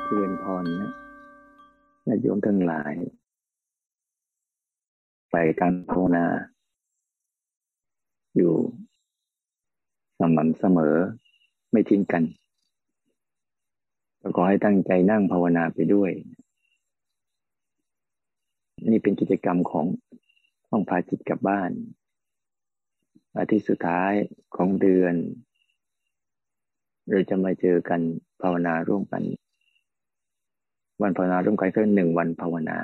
เจริญพรนะญาติโยมทั้งหลายไปการภาวนาอยู่สม่ำเสมอไม่ทิ้งกันก็ขอให้ตั้งใจนั่งภาวนาไปด้วยนี่เป็นกิจกรรมของห้องพาจิตกลับบ้านอาทิตย์สุดท้ายของเดือนเราจะมาเจอกันภาวนาร่วมกันวันภาวนาร่วมกันก็1 วันภาวนา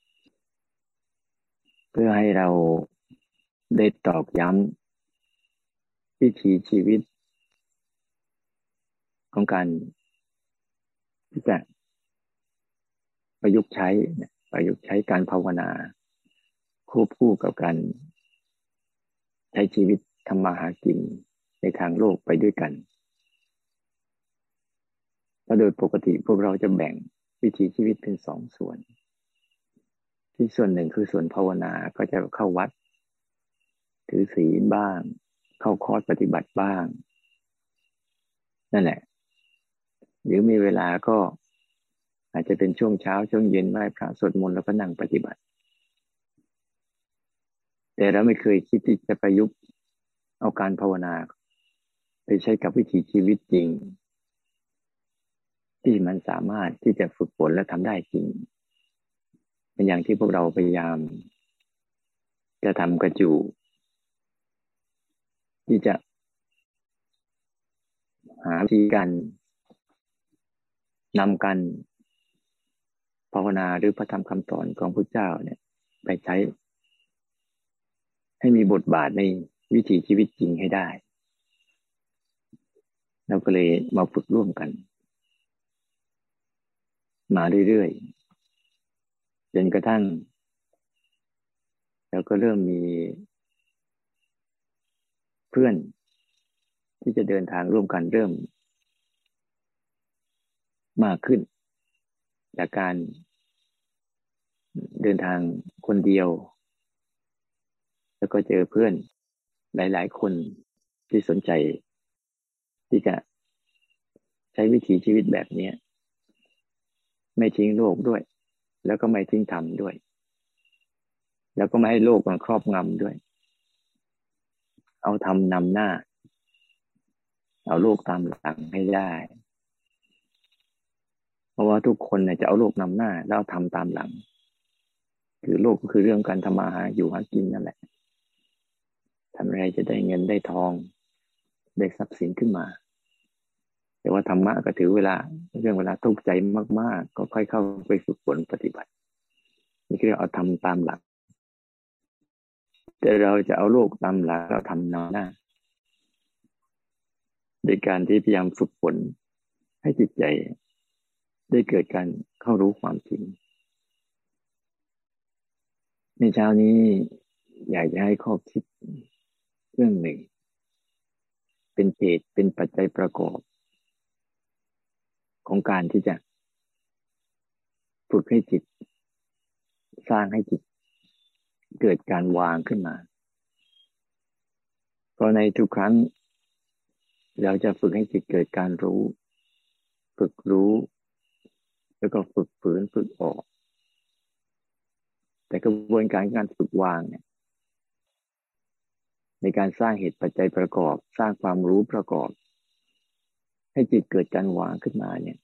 เพื่อให้เราได้ตอกย้ำวิถีชีวิตของการที่จะประยุกต์ใช้การภาวนาควบคู่กับการใช้ชีวิตทำมาหากินในทางโลกไปด้วยกันและโดยปกติพวกเราจะแบ่งวิถีชีวิตเป็น2 ส่วนที่ส่วนหนึ่งคือส่วนภาวนาก็จะเข้าวัดถือศีลบ้างเข้าคอร์สปฏิบัติบ้างนั่นแหละหรือมีเวลาก็อาจจะเป็นช่วงเช้าช่วงเย็นไหว้พระสวดมนต์แล้วก็นั่งปฏิบัติแต่เราไม่เคยคิดที่จะประยุกต์เอาการภาวนาไปใช้กับวิถีชีวิตจริงที่มันสามารถที่จะฝึกฝนและทำได้จริงเป็นอย่างที่พวกเราพยายามจะทำกันอยู่ที่จะหาวิธีการนำกันภาวนาหรือพระธรรมคำสอนของพระเจ้าเนี่ยไปใช้ให้มีบทบาทในวิถีชีวิตจริงให้ได้เราก็เลยมาฝึกร่วมกันมาเรื่อยๆจนกระทั่งเราก็เริ่มมีเพื่อนที่จะเดินทางร่วมกันเริ่มมากขึ้นจากการเดินทางคนเดียวแล้วก็เจอเพื่อนหลายๆคนที่สนใจที่จะใช้วิถีชีวิตแบบนี้ไม่ทิ้งโลกด้วยแล้วก็ไม่ทิ้งธรรมด้วยแล้วก็ไม่ให้โลกมันครอบงำด้วยเอาธรรมนำหน้าเอาโลกตามหลังให้ได้เพราะว่าทุกคนเนี่ยจะเอาโลกนำหน้าแล้วทำตามหลังคือโลกก็คือเรื่องการทำมาหาอยู่หากินนั่นแหละทำอะไรจะได้เงินได้ทองได้ทรัพย์สินขึ้นมาแต่ว่าธรรมะก็ถือเวลาเรื่องเวลาทุกข์ใจมากๆก็ค่อยเข้าไปฝึกฝนปฏิบัตินี่คือเอาทำตามหลักแต่เราจะเอาโลกตามหลักเราทำนำหน้าโดยการที่พยายามฝึกฝนให้จิตใจได้เกิดการเข้ารู้ความจริงในเช้านี้อยากจะให้ข้อคิดเรื่องหนึ่งเป็นเหตุเป็นปัจจัยประกอบของการที่จะฝึกให้จิตสร้างให้จิตเกิดการวางขึ้นมาเพราะในทุกครั้งเราจะฝึกให้จิตเกิดการรู้ฝึกรู้แล้วก็ฝึกฝืนฝึกออกแต่กระบวนการฝึกวางเนี่ยในการสร้างเหตุปัจจัยประกอบสร้างความรู้ประกอบให้จิตเกิดการวางขึ้นมาเนี่ย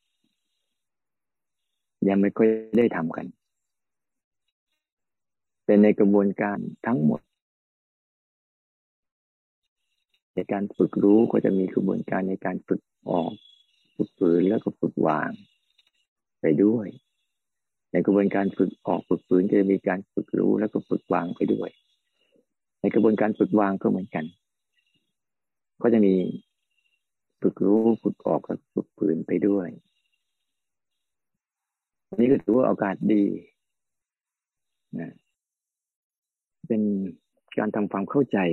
ยังไม่ค่อยได้ทำกันแต่ในกระบวนการทั้งหมดในการฝึกรู้ก็จะมีกระบวนการในการฝึกออกฝึกฝืนแล้วก็ฝึกวางไปด้วยในกระบวนการฝึกออกฝึกฝืนจะมีการฝึกรู้แล้วก็ฝึกวางไปด้วยในกระบวนการฝึกวางก็เหมือนกันก็จะมีฝึกรู้ฝึกออกและฝึกฝืนไปด้วยอันนี้ก็ถือว่าโอกาสดีนะเป็นการทำความเข้าใจ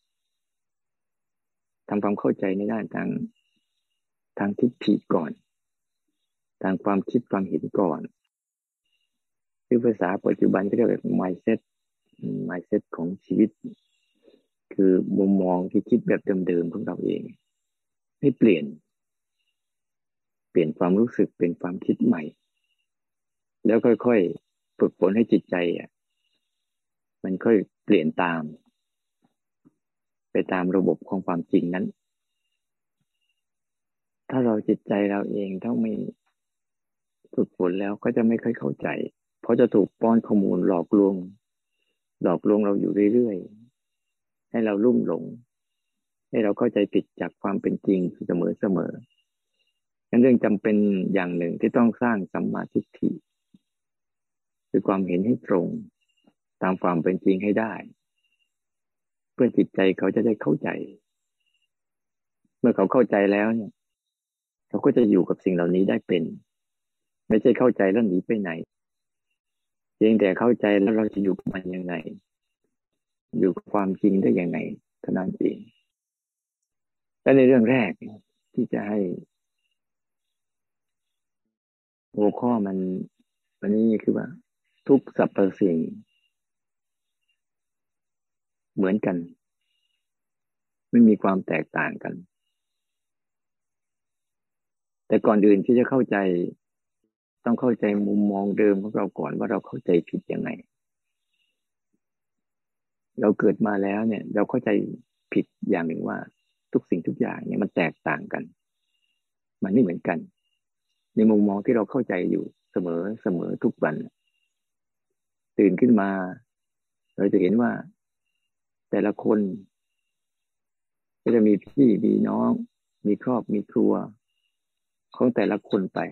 ในด้านทางทิฏฐิก่อนทางความคิดความเห็นก่อนคือภาษาปัจจุบันก็เรียกว่า mindset ของชีวิตคือมุมมองที่คิดแบบเดิมๆของเราเองให้เปลี่ยนเปลี่ยนความรู้สึกเป็นความคิดใหม่แล้วค่อยๆฝึกฝนให้จิตใจมันค่อยเปลี่ยนตามไปตามระบบของความจริงนั้นถ้าเราจิตใจเราเองต้องไม่ฝึกฝนแล้วก็จะไม่ค่อยเข้าใจเพราะจะถูกป้อนข้อมูลหลอกลวงเราอยู่เรื่อยๆให้เราลุ่มหลงให้เราเข้าใจผิดจากความเป็นจริงเสมอนั่นเรื่องจำเป็นอย่างหนึ่งที่ต้องสร้างสัมมาทิฏฐิคือความเห็นให้ตรงตามความเป็นจริงให้ได้เพื่อจิตใจเขาจะได้เข้าใจเมื่อเขาเข้าใจแล้วเนี่ยเขาก็จะอยู่กับสิ่งเหล่านี้ได้เป็นไม่ใช่เข้าใจแล้วหนีไปไหนเพียงแต่เข้าใจแล้วเราจะอยู่กับมันยังไงอยู่กับความจริงได้ยังไงเท่านั้นเองและในเรื่องแรกที่จะให้หัวข้อมันวันนี้คือว่าทุกสรรพสิ่งเหมือนกันไม่มีความแตกต่างกันแต่ก่อนอื่นที่จะเข้าใจต้องเข้าใจมุมมองเดิมของเราก่อนว่าเราเข้าใจผิดยังไงเราเกิดมาแล้วเนี่ยเราเข้าใจผิดอย่างหนึ่งว่าทุกสิ่งทุกอย่างเนี่ยมันแตกต่างกันมันไม่เหมือนกันในมุมมองที่เราเข้าใจอยู่เสมอทุกวันตื่นขึ้นมาเราจะเห็นว่าแต่ละคนก็จะมีพี่มีน้องมีครอบมีครัวของแต่ละคนไป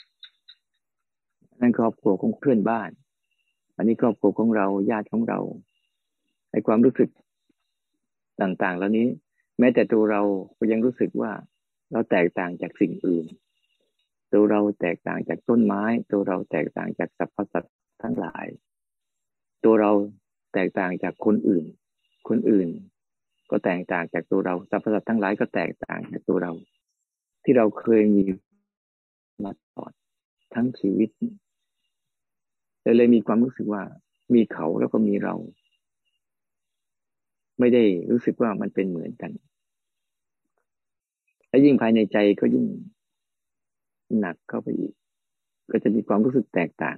นั่นครอบครัวของเพื่อนบ้านอันนี้ครอบครัวของเราญาติของเราในความรู้สึกต่างๆเหล่านี้แม้แต่ตัวเราก็ยังรู้สึกว่าเราแตกต่างจากสิ่งอื่นตัวเราแตกต่างจากต้นไม้ตัวเราแตกต่างจากสรรพสัตว์ทั้งหลายตัวเราแตกต่างจากคนอื่นก็แตกต่างจากตัวเราสรรพสัตว์ทั้งหลายก็แตกต่างจากตัวเราที่เราเคยมีมาตลอดทั้งชีวิตเลยมีความรู้สึกว่ามีเขาแล้วก็มีเราไม่ได้รู้สึกว่ามันเป็นเหมือนกันและยิ่งภายในใจก็ยิ่งหนักเข้าไปอีกก็จะมีความรู้สึกแตกต่าง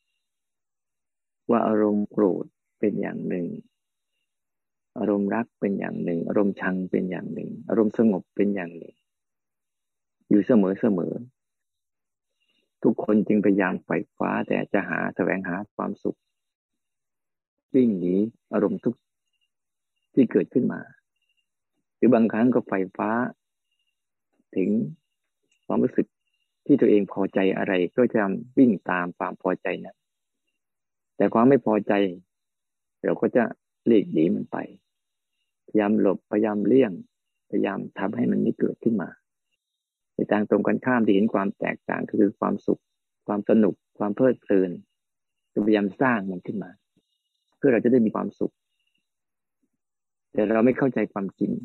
ว่าอารมณ์โกรธเป็นอย่างหนึ่งอารมณ์รักเป็นอย่างหนึ่งอารมณ์ชังเป็นอย่างหนึ่งอารมณ์สงบเป็นอย่างหนึ่งอยู่เสมอทุกคนจึงพยายามไขว่คว้าแต่จะแสวงหาความสุขวิ่งหนีอารมณ์ทุกข์ที่เกิดขึ้นมาหรือบางครั้งก็ไฟฟ้าถึงความรู้สึกที่ตัวเองพอใจอะไรก็จะวิ่งตามความพอใจนั้นแต่ความไม่พอใจเราก็จะหลีกหนีมันไปพยายามหลบพยายามเลี่ยงพยายามทำให้มันไม่เกิดขึ้นมาในทางตรงกันข้ามที่เห็นความแตกต่างคือความสุขความสนุกความเพลิดเพลินพยายามสร้างมันขึ้นมาเพื่อเราจะได้มีความสุขแต่เราไม่เข้าใจความจริง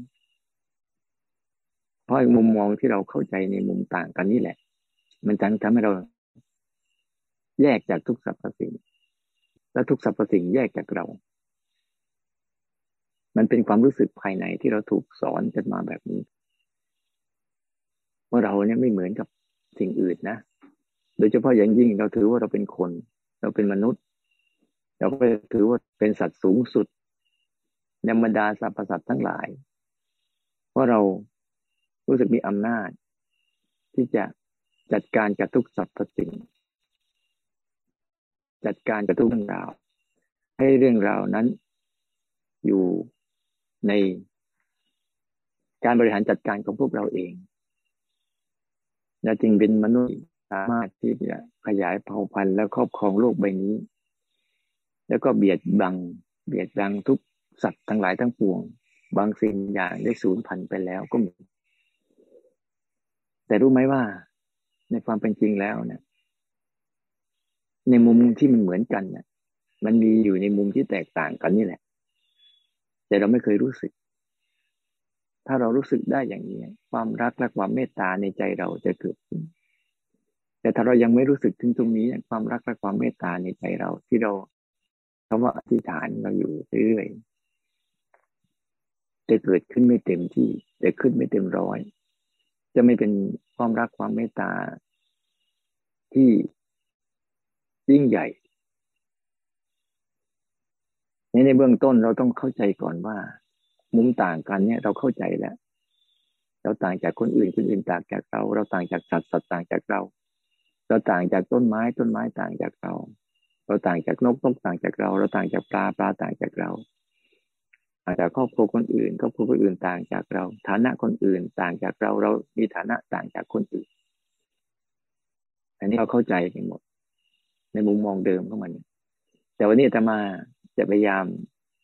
เพราะมุมมองที่เราเข้าใจในมุมต่างกันนี่แหละมันทำให้เราแยกจากทุกสรรพสิ่งและทุกสรรพสิ่งแยกจากเรามันเป็นความรู้สึกภายในที่เราถูกสอนกันมาแบบนี้ว่าเราเนี่ยไม่เหมือนกับสิ่งอื่นนะโดยเฉพาะอย่างยิ่งเราถือว่าเราเป็นคนเราเป็นมนุษย์เราก็ถือว่าเป็นสัตว์สูงสุดในบรรดาสรรพสัตว์ทั้งหลายเพราะเรารู้สึกมีอำนาจที่จะจัดการกับทุกสรรพสิ่งจัดการกับทุกเรื่องราวให้เรื่องราวนั้นอยู่ในการบริหารจัดการของพวกเราเองและจึงเป็นมนุษย์สามารถที่จะขยายเผ่าพันธุ์และครอบครองโลกใบนี้แล้วก็เบียดบังทุกสัตว์ทั้งหลายทั้งปวงบางสิ่งอย่างได้สูญพันธุ์ไปแล้วก็มีแต่รู้ไหมว่าในความเป็นจริงแล้วเนี่ยในมุมที่มันเหมือนกันเนี่ยมันมีอยู่ในมุมที่แตกต่างกันนี่แหละแต่เราไม่เคยรู้สึกถ้าเรารู้สึกได้อย่างนี้ความรักและความเมตตาในใจเราจะเกิดขึ้นแต่ถ้าเรายังไม่รู้สึกถึงตรงนี้ความรักและความเมตตาในใจเราที่เราคำว่าอธิษฐานเราอยู่เรื่อยๆจะเกิดขึ้นไม่เต็มที่จะขึ้นไม่เต็มร้อยจะไม่เป็นความรักความเมตตาที่ยิ่งใหญ่ในเบื้องต้นเราต้องเข้าใจก่อนว่ามุมต่างกันเนี่ยเราเข้าใจแล้วเราต่างจากคนอื่นคนอื่นต่างจากเราเราต่างจากสัตว์สัตว์ต่างจากเราเราต่างจากต้นไม้ต้นไม้ต่างจากเราเราต่างจากนกนกต่างจากเราเราต่างจากปลาปลาต่างจากเราต่างจากครอบครัวคนอื่นครอบครัวคนอื่นต่างจากเราฐานะคนอื่นต่างจากเราเรามีฐานะต่างจากคนอื่นอันนี้เราเข้าใจกันหมดในมุมมองเดิมของมันแต่วันนี้อาตมาจะพยายาม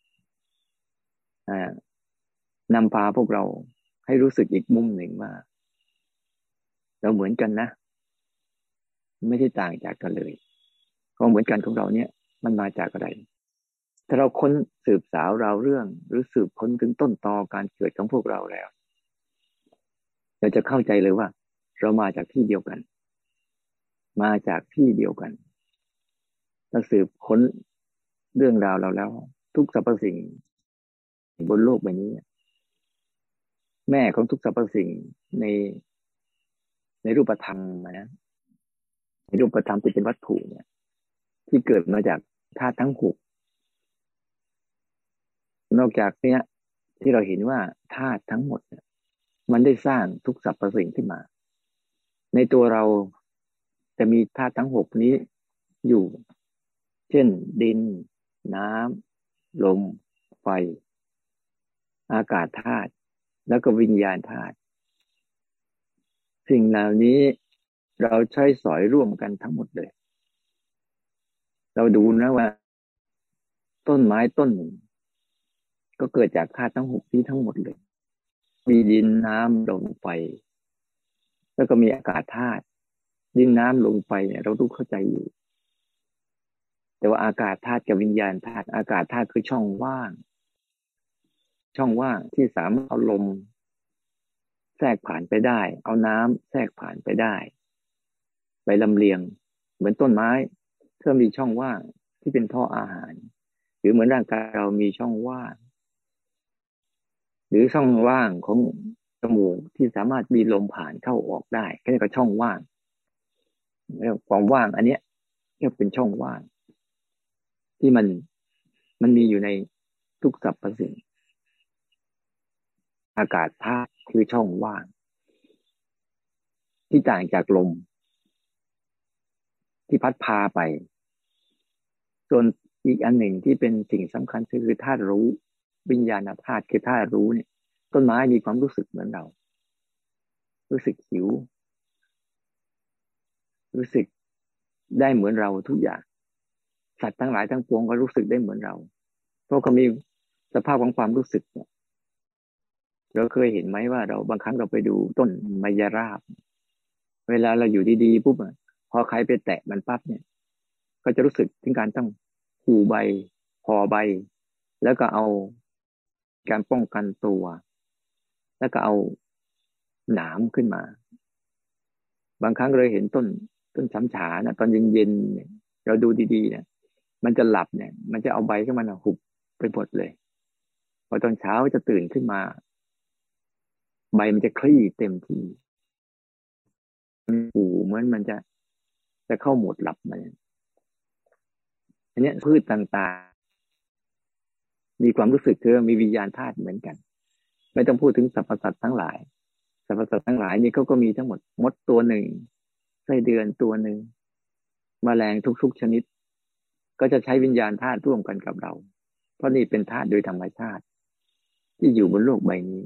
นำพาพวกเราให้รู้สึกอีกมุมหนึ่งว่าเราเหมือนกันนะไม่ได้ต่างจากกันเลยความเหมือนกันของเราเนี่ยมันมาจากอะไรถ้าเราค้นสืบสาวราวเรื่องหรือสืบค้นถึงต้นตอการเกิดของพวกเราแล้วเราจะเข้าใจเลยว่าเรามาจากที่เดียวกันมาจากที่เดียวกันถ้าสืบค้นเรื่องราวเราแล้วทุกสรรพสิ่งบนโลกใบนี้แม่ของทุกสรรพสิ่งในในรูปธรรมนะในรูปธรรมที่เป็นวัตถุเนี่ยที่เกิดมาจากธาตุทั้งหกนอกจากเนี้ยที่เราเห็นว่าธาตุทั้งหมดเนี่ยมันได้สร้างทุกสรรพสิ่งขึ้นมาในตัวเราจะมีธาตุทั้งหกนี้อยู่เช่นดินน้ำลมไฟอากาศธาตุแล้วก็วิญญาณธาตุสิ่งเหล่านี้เราใช้สอยร่วมกันทั้งหมดเลยเราดูนะว่าต้นไม้ต้นหนึ่งก็เกิดจากธาตุทั้งหกนี้ทั้งหมดเลยมีดินน้ำลมไฟแล้วก็มีอากาศธาตุดินน้ำลมไฟเนี่ยเราต้องเข้าใจอยู่แต่ว่าอากาศธาตุกับวิญญาณธาตุอากาศธาตุคือช่องว่างช่องว่างที่สามารถเอาลมแทรกผ่านไปได้เอาน้ำแทรกผ่านไปได้ไปลำเลียงเหมือนต้นไม้เมื่อมีช่องว่างที่เป็นท่ออาหารหรือเหมือนร่างกายเรามีช่องว่างหรือช่องว่างของจมูกที่สามารถมีลมผ่านเข้าออกได้ก็เรียกว่าช่องว่างความว่างอันเนี้ยเรียกเป็นช่องว่างที่มันมีอยู่ในทุกสรรพสิ่งอากาศธาตุคือช่องว่างที่ต่างจากลมที่พัดพาไปส่วนอีกอันหนึ่งที่เป็นสิ่งสำคัญคือธาตุรู้วิญญาณธาตุคือธาตุรู้เนี่ยต้นไม้มีความรู้สึกเหมือนเรารู้สึกหิวรู้สึกได้เหมือนเราทุกอย่างสัตว์ทั้งหลายทั้งปวงก็รู้สึกได้เหมือนเราเพราะเขามีสภาพของความรู้สึกเนี่ยเราเคยเห็นไหมว่าเราบางครั้งเราไปดูต้นไมยราบเวลาเราอยู่ดีๆปุ๊บพอใครไปแตะมันปั๊บเนี่ยก็จะรู้สึกถึงการต้องหูใบพอใบแล้วก็เอาการป้องกันตัวแล้วก็เอาหนามขึ้นมาบางครั้งเราเห็นต้นช้ำฉานะตอนเย็นๆเนี่ยเราดูดีๆเนี่ยมันจะหลับเนี่ยมันจะเอาใบขึ้นมาหุบไปหมดเลยพอตอนเช้าจะตื่นขึ้นมาใบมันจะคลี่เต็มที่มันหูเหมือนมันจะเข้าโหมดหลับมาอันนี้พืชต่างๆมีความรู้สึกคือมีวิญญาณธาตุเหมือนกันไม่ต้องพูดถึงสรรพสัตว์ทั้งหลายสรรพสัตว์ทั้งหลายนี่เขาก็มีทั้งหมดมดตัวหนึ่งไส้เดือนตัวหนึ่งแมลงทุกๆชนิดก็จะใช้วิญญาณธาตุร่วมกันกับเราเพราะนี่เป็นธาตุโดยธรรมชาติที่อยู่บนโลกใบนี้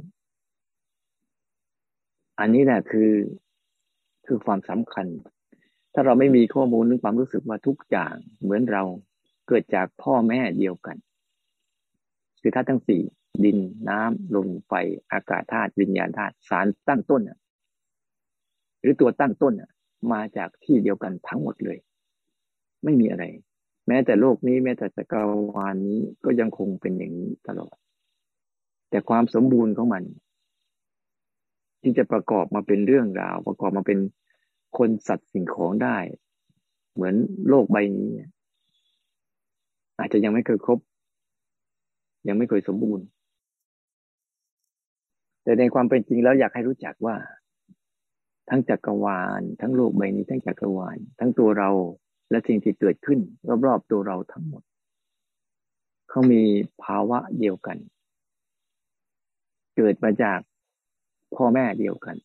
อันนี้แหละคือความสำคัญถ้าเราไม่มีข้อมูลหรือความรู้สึกว่าทุกอย่างเหมือนเราเกิดจากพ่อแม่เดียวกันคือธาตุทั้งสี่ดินน้ำลมไฟอากาศธาตุวิญญาณธาตุสารตั้งต้นหรือตัวตั้งต้นมาจากที่เดียวกันทั้งหมดเลยไม่มีอะไรแม้แต่โลกนี้แม้แต่จักรวาลนี้ก็ยังคงเป็นอย่างนี้ตลอดแต่ความสมบูรณ์ของมันที่จะประกอบมาเป็นเรื่องราวประกอบมาเป็นคนสัตว์สิ่งของได้เหมือนโลกใบนี้อาจจะยังไม่เคยครบยังไม่เคยสมบูรณ์แต่ในความเป็นจริงแล้วอยากให้รู้จักว่าทั้งจักรวาลทั้งโลกใบนี้ทั้งจักรวาลทั้งตัวเราและสิ่งที่เกิดขึ้นรอบๆตัวเราทั้งหมดเขามีภาวะเดียวกันเกิดมาจากพ่อแม่เดียวกัน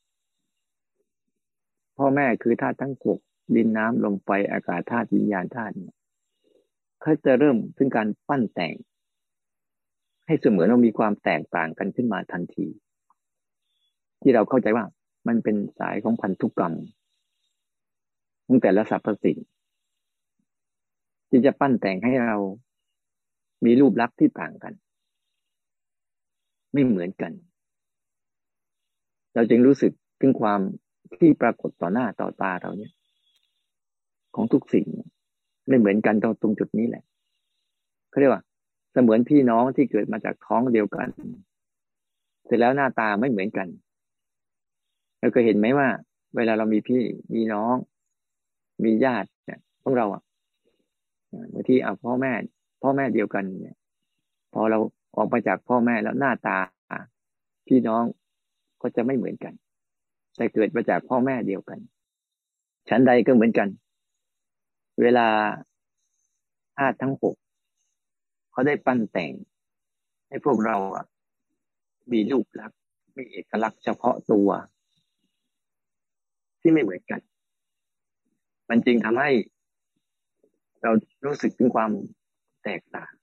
พ่อแม่คือธาตุทั้งหกดินน้ำลมไฟอากาศธาตุวิญญาณธาตุเขาจะเริ่มถึงการปั้นแต่งให้เสมือนว่ามีความแตกต่างกันขึ้นมาทันทีที่เราเข้าใจว่ามันเป็นสายของพันธุกรรมของแต่ละสรรพสิ่งที่จะปั้นแต่งให้เรามีรูปลักษณ์ที่ต่างกันไม่เหมือนกันเราจึงรู้สึกถึงความที่ปรากฏต่อหน้าต่อตาเราเนี่ยของทุกสิ่งไม่เหมือนกันตรงจุดนี้แหละเขาเรียกว่าเสมือนพี่น้องที่เกิดมาจากท้องเดียวกันเสร็จแล้วหน้าตาไม่เหมือนกันเราเคยเห็นไหมว่าเวลาเรามีพี่มีน้องมีญาติเนี่ยพวกเราบางทีพ่อแม่เดียวกันเนี่ยพอเราออกมาจากพ่อแม่แล้วหน้าตาพี่น้องก็จะไม่เหมือนกันแต่เกิดมาจากพ่อแม่เดียวกันฉันใดก็เหมือนกันเวลาธาตุทั้งหกเขาได้ปั้นแต่งให้พวกเรามีรูปลักษณ์มีเอกลักษณ์เฉพาะตัวที่ไม่เหมือนกันมันจึงทำให้เรารู้สึกถึงความแตกต่าง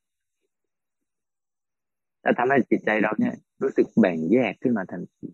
และทำให้จิตใจเราเนี่ยรู้สึกแบ่งแยกขึ้นมาทันที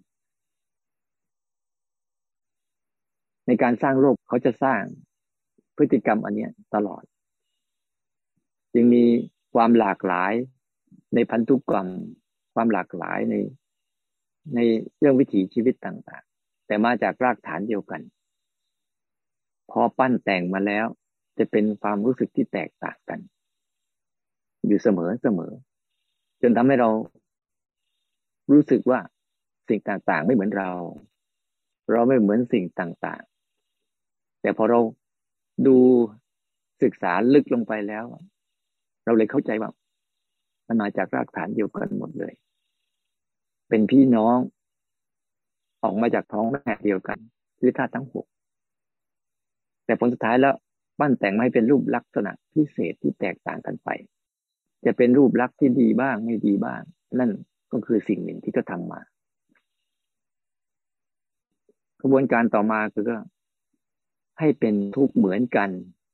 ในการสร้างโลกเขาจะสร้างพฤติกรรมอันเนี้ยตลอดจึงมีความหลากหลายในพันธุกรรมความหลากหลายในเรื่องวิถีชีวิตต่างๆแต่มาจากรากฐานเดียวกันพอปั้นแต่งมาแล้วจะเป็นความรู้สึกที่แตกต่างกันอยู่เสมอจนทำให้เรารู้สึกว่าสิ่งต่างๆไม่เหมือนเราไม่เหมือนสิ่งต่างๆแต่พอเราดูศึกษาลึกลงไปแล้วเราเลยเข้าใจว่ามันมาจากรากฐานเดียวกันหมดเลยเป็นพี่น้องออกมาจากท้องแม่เดียวกันคือธาตุทั้งหกแต่ผลสุดท้ายแล้วปั้นแต่งมาให้เป็นรูปลักษณะพิเศษที่แตกต่างกันไปจะเป็นรูปลักษณ์ที่ดีบ้างไม่ดีบ้างนั่นก็คือสิ่งหนึ่งที่เขาทำมากระบวนการต่อมาคือก็ให้เป็นทุกข์เหมือนกัน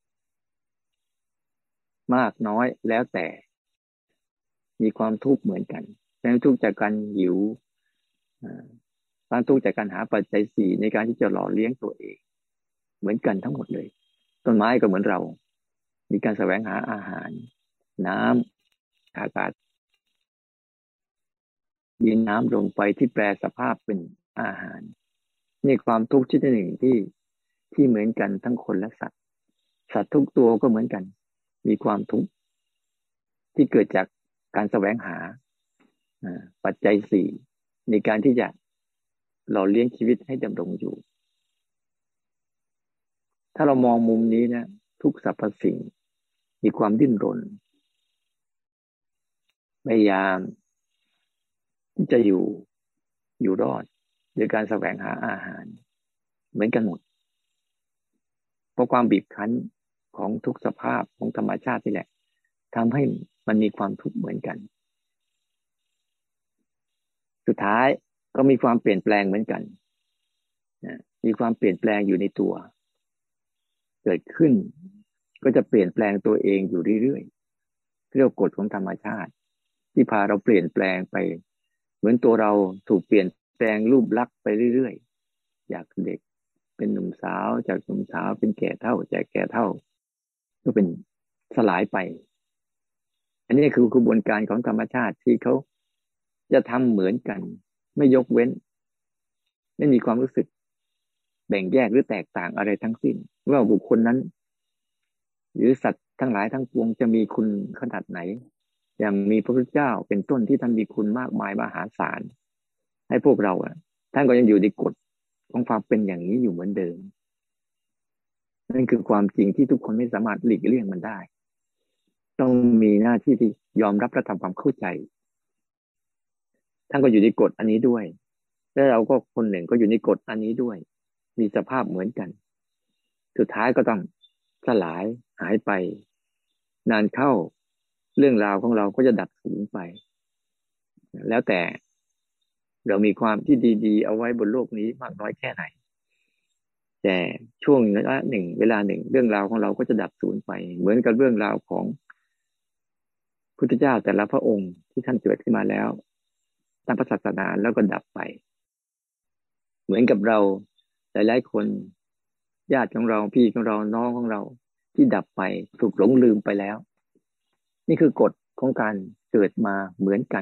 มากน้อยแล้วแต่มีความทุกข์เหมือนกันทั้งทุกข์จากการหิวทั้งทุกข์จากการหาปัจจัยสี่ในการที่จะหล่อเลี้ยงตัวเองเหมือนกันทั้งหมดเลยต้นไม้ก็เหมือนเรามีการแสวงหาอาหารน้ำอากาศดินน้ำลมไฟที่แปรสภาพเป็นอาหารนี่ความทุกข์ชนิดหนึ่งที่เหมือนกันทั้งคนและสัตว์ทุกตัวก็เหมือนกันมีความทุกข์ที่เกิดจากการแสวงหาปัจจัยสี่ในการที่จะหล่อเลี้ยงชีวิตให้ดำรงอยู่ถ้าเรามองมุมนี้นะทุกสรรพสิ่งมีความดิ้นรนพยายามที่จะอยู่รอดโดยการแสวงหาอาหารเหมือนกันหมดเพราะความบีบคั้นของทุกสภาพของธรรมชาตินี่แหละทำให้มันมีความทุกข์เหมือนกันสุดท้ายก็มีความเปลี่ยนแปลงเหมือนกันมีความเปลี่ยนแปลงอยู่ในตัวเกิดขึ้นก็จะเปลี่ยนแปลงตัวเองอยู่เรื่อยๆเรียกกฎของธรรมชาติที่พาเราเปลี่ยนแปลงไปเหมือนตัวเราถูกเปลี่ยนแปลงรูปลักษณ์ไปเรื่อยๆจากเด็กเป็นหนุ่มสาวจากหนุ่มสาวเป็นแก่เฒ่าจากแก่เฒ่าก็เป็นสลายไปอันนี้คือกระบวนการของธรรมชาติที่เขาจะทำเหมือนกันไม่ยกเว้นไม่มีความรู้สึกแบ่งแยกหรือแตกต่างอะไรทั้งสิ้นว่าบุคคลนั้นหรือสัตว์ทั้งหลายทั้งปวงจะมีคุณขนาดไหนอย่างมีพระพุทธเจ้าเป็นต้นที่ท่านมีคุณมากมายมหาศาลให้พวกเราท่านก็ยังอยู่ในกฎของความเป็นอย่างนี้อยู่เหมือนเดิมนั่นคือความจริงที่ทุกคนไม่สามารถหลีกเลี่ยงมันได้ต้องมีหน้าที่ที่ยอมรับและทำความเข้าใจท่านก็อยู่ในกฎอันนี้ด้วยแล้วเราก็คนหนึ่งก็อยู่ในกฎอันนี้ด้วยมีสภาพเหมือนกันสุดท้ายก็ต้องสลายหายไปนานเข้าเรื่องราวของเราก็จะดับสูญไปแล้วแต่เรามีความที่ดีๆเอาไว้บนโลกนี้มากน้อยแค่ไหนแต่ช่วงระยะหนึ่งเวลาหนึ่งเรื่องราวของเราก็จะดับสูญไปเหมือนกับเรื่องราวของพุทธเจ้าแต่ละพระองค์ที่ท่านเกิดขึ้นมาแล้วตั้งพระศาสนาแล้วก็ดับไปเหมือนกับเราหลายๆคนญาติของเราพี่ของเราน้องของเราที่ดับไปถูกหลงลืมไปแล้วนี่คือกฎของการเกิดมาเหมือนกัน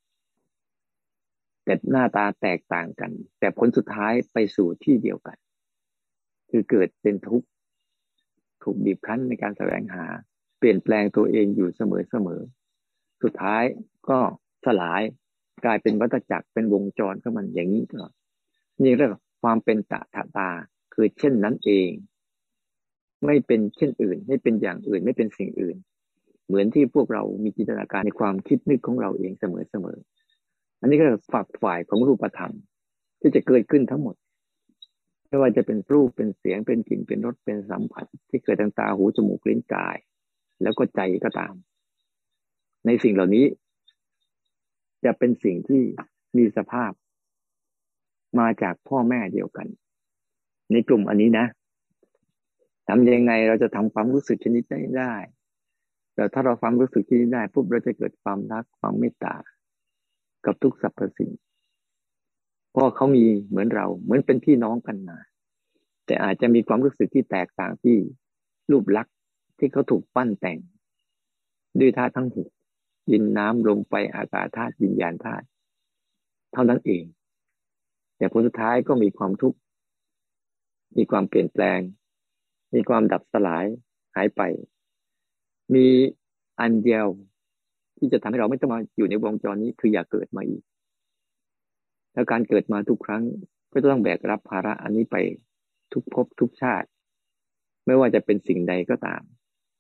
แต่หน้าตาแตกต่างกันแต่ผลสุดท้ายไปสู่ที่เดียวกันคือเกิดเป็นทุกข์ถูกบีบคั้นในการแสวงหาเปลี่ยนแปลงตัวเองอยู่เสมอสุดท้ายก็สลายกลายเป็นวัฏจักรเป็นวงจรของมันอย่างนี้ก็นี่เรียกความเป็นตถาคือเช่นนั้นเองไม่เป็นเช่นอื่นไม่เป็นอย่างอื่นไม่เป็นสิ่งอื่นเหมือนที่พวกเรามีจินตนาการในความคิดนึกของเราเองเสมออันนี้ก็ฝักฝ่ายของรูปธรรมที่จะเกิดขึ้นทั้งหมดไม่ว่าจะเป็นรูปเป็นเสียงเป็นกลิ่นเป็นรสเป็นสัมผัสที่เกิดทางตาหูจมูกลิ้นกายแล้วก็ใจก็ตามในสิ่งเหล่านี้จะเป็นสิ่งที่มีสภาพมาจากพ่อแม่เดียวกันในกลุ่มอันนี้นะทำยังไงเราจะทำความรู้สึกชนิดนี้ได้แต่ถ้าเราความรู้สึกชนิดนี้ได้ปุ๊บเราจะเกิดความรักความเมตตากับทุกสรรพสิ่งเพราะเขามีเหมือนเราเหมือนเป็นพี่น้องกันมาแต่อาจจะมีความรู้สึกที่แตกต่างที่รูปลักษณ์ที่เขาถูกปั้นแต่งด้วยธาตุทั้งหกดินน้ำลมไฟอากาศธาตุวิญญาณธาตุเท่านั้นเองแต่ผลสุดท้ายก็มีความทุกข์มีความเปลี่ยนแปลงมีความดับสลายหายไปมีอันเดียวที่จะทำให้เราไม่ต้องมาอยู่ในวงจรนี้คืออย่าเกิดมาอีกแล้วการเกิดมาทุกครั้งก็ต้องแบกรับภาระอันนี้ไปทุกภพทุกชาติไม่ว่าจะเป็นสิ่งใดก็ตาม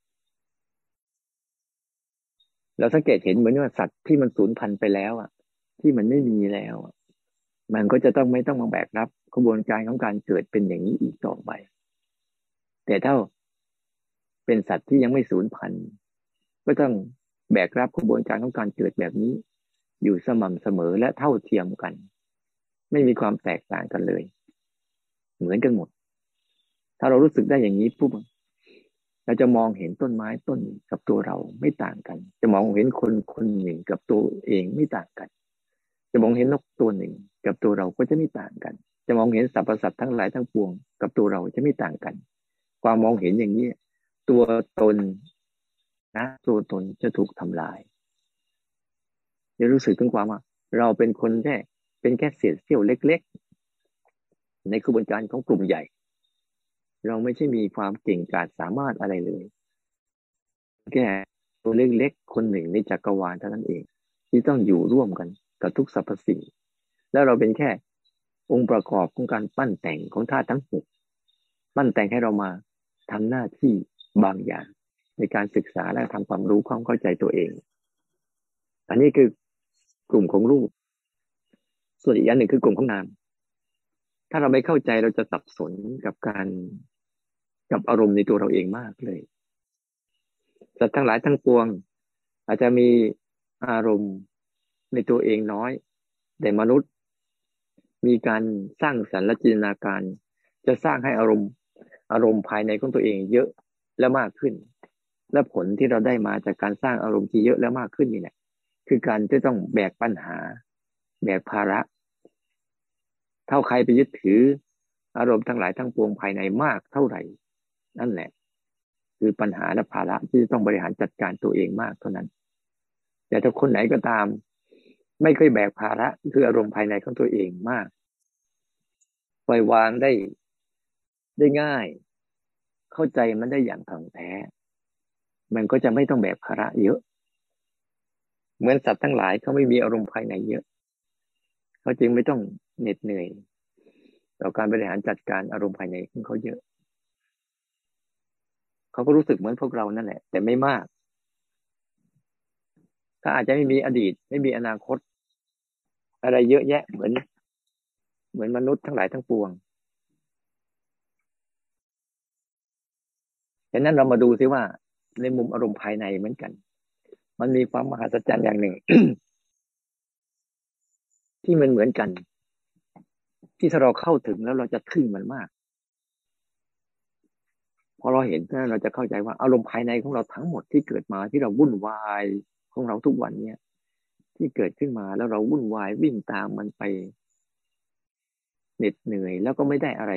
เราสังเกตเห็นเหมือนว่าสัตว์ที่มันสูญพันธุ์ไปแล้วอ่ะที่มันไม่มีแล้วมันก็จะต้องไม่ต้องมาแบกรับกระบวนการของการเกิดเป็นอย่างนี้อีกต่อไปแต่ถ้าเป็นสัตว์ที่ยังไม่สูญพันธุ์ก็ต้องแบกรับกระบวนการของการเกิดแบบนี้อยู่สม่ำเสมอและเท่าเทียมกันไม่มีความแตกต่างกันเลยเหมือนกันหมดถ้าเรารู้สึกได้อย่างนี้ปุ๊บเราจะมองเห็นต้นไม้ต้นกับตัวเราไม่ต่างกันจะมองเห็นคนคนหนึ่งกับตัวเองไม่ต่างกันจะมองเห็นนกตัวหนึ่งกับตัวเราก็จะไม่ต่างกันจะมองเห็นสรรพสัตว์ทั้งหลายทั้งปวงกับตัวเราจะไม่ต่างกันความมองเห็นอย่างนี้ตัวตนนะตัวตนจะถูกทำลายจะรู้สึกถึงความว่าเราเป็นคนแค่เป็นแค่เศษเสี้ยวเล็กๆในกระบวนการของกลุ่มใหญ่เราไม่ใช่มีความเก่งกาจสามารถอะไรเลยแค่ตัวเล็กๆคนหนึ่งในจักรวาลเท่านั้นเองที่ต้องอยู่ร่วมกันกับทุกสรรพสิ่งแล้วเราเป็นแค่องค์ประกอบของการปั้นแต่งของธาตุทั้งหกปั้นแต่งให้เรามาทำหน้าที่บางอย่างในการศึกษาและทำความรู้ความเข้าใจตัวเองอันนี้คือกลุ่มของรูปส่วนอีกอย่างหนึ่งคือกลุ่มของนามถ้าเราไม่เข้าใจเราจะสับสนกับกับอารมณ์ในตัวเราเองมากเลยสัตว์ทั้งหลายทั้งปวงอาจจะมีอารมณ์ในตัวเองน้อยแต่มนุษย์มีการสร้างสรรค์และจินตนาการจะสร้างให้อารมณ์ภายในของตัวเองเยอะและมากขึ้นและผลที่เราได้มาจากการสร้างอารมณ์ที่เยอะและมากขึ้นนี่แหละคือการที่ต้องแบกปัญหาแบกภาระเท่าใครไปยึดถืออารมณ์ทั้งหลายทั้งปวงภายในมากเท่าไหร่นั่นแหละคือปัญหาและภาระที่จะต้องบริหารจัดการตัวเองมากเท่านั้นแต่ถ้าคนไหนก็ตามไม่เคยแบกภาระคืออารมณ์ภายในของตัวเองมากปล่อยวางได้ง่ายเข้าใจมันได้อย่างถ่องแท้มันก็จะไม่ต้องแบกภาระเยอะเหมือนสัตว์ทั้งหลายเขาไม่มีอารมณ์ภายในเยอะเขาจึงไม่ต้องเหน็ดเหนื่อยต่อการบริหารจัดการอารมณ์ภายในของเขาเยอะเขาก็รู้สึกเหมือนพวกเรานั่นแหละแต่ไม่มากถ้าอาจจะไม่มีอดีตไม่มีอนาคตอะไรเยอะแยะเหมือนมนุษย์ทั้งหลายทั้งปวงฉะนั้นเรามาดูซิว่าในมุมอารมณ์ภายในเหมือนกันมันมีความมหัศจรรย์อย่างหนึ่ง ที่มันเหมือนกันที่ถ้าเราเข้าถึงแล้วเราจะทึ่งมันมากพอเราเห็นนั้นเราจะเข้าใจว่าอารมณ์ภายในของเราทั้งหมดที่เกิดมาที่เราวุ่นวายของเราทุกวันเนี่ยที่เกิดขึ้นมาแล้วเราวุ่นวายวิ่งตามมันไปเหน็ดเหนื่อยแล้วก็ไม่ได้อะไร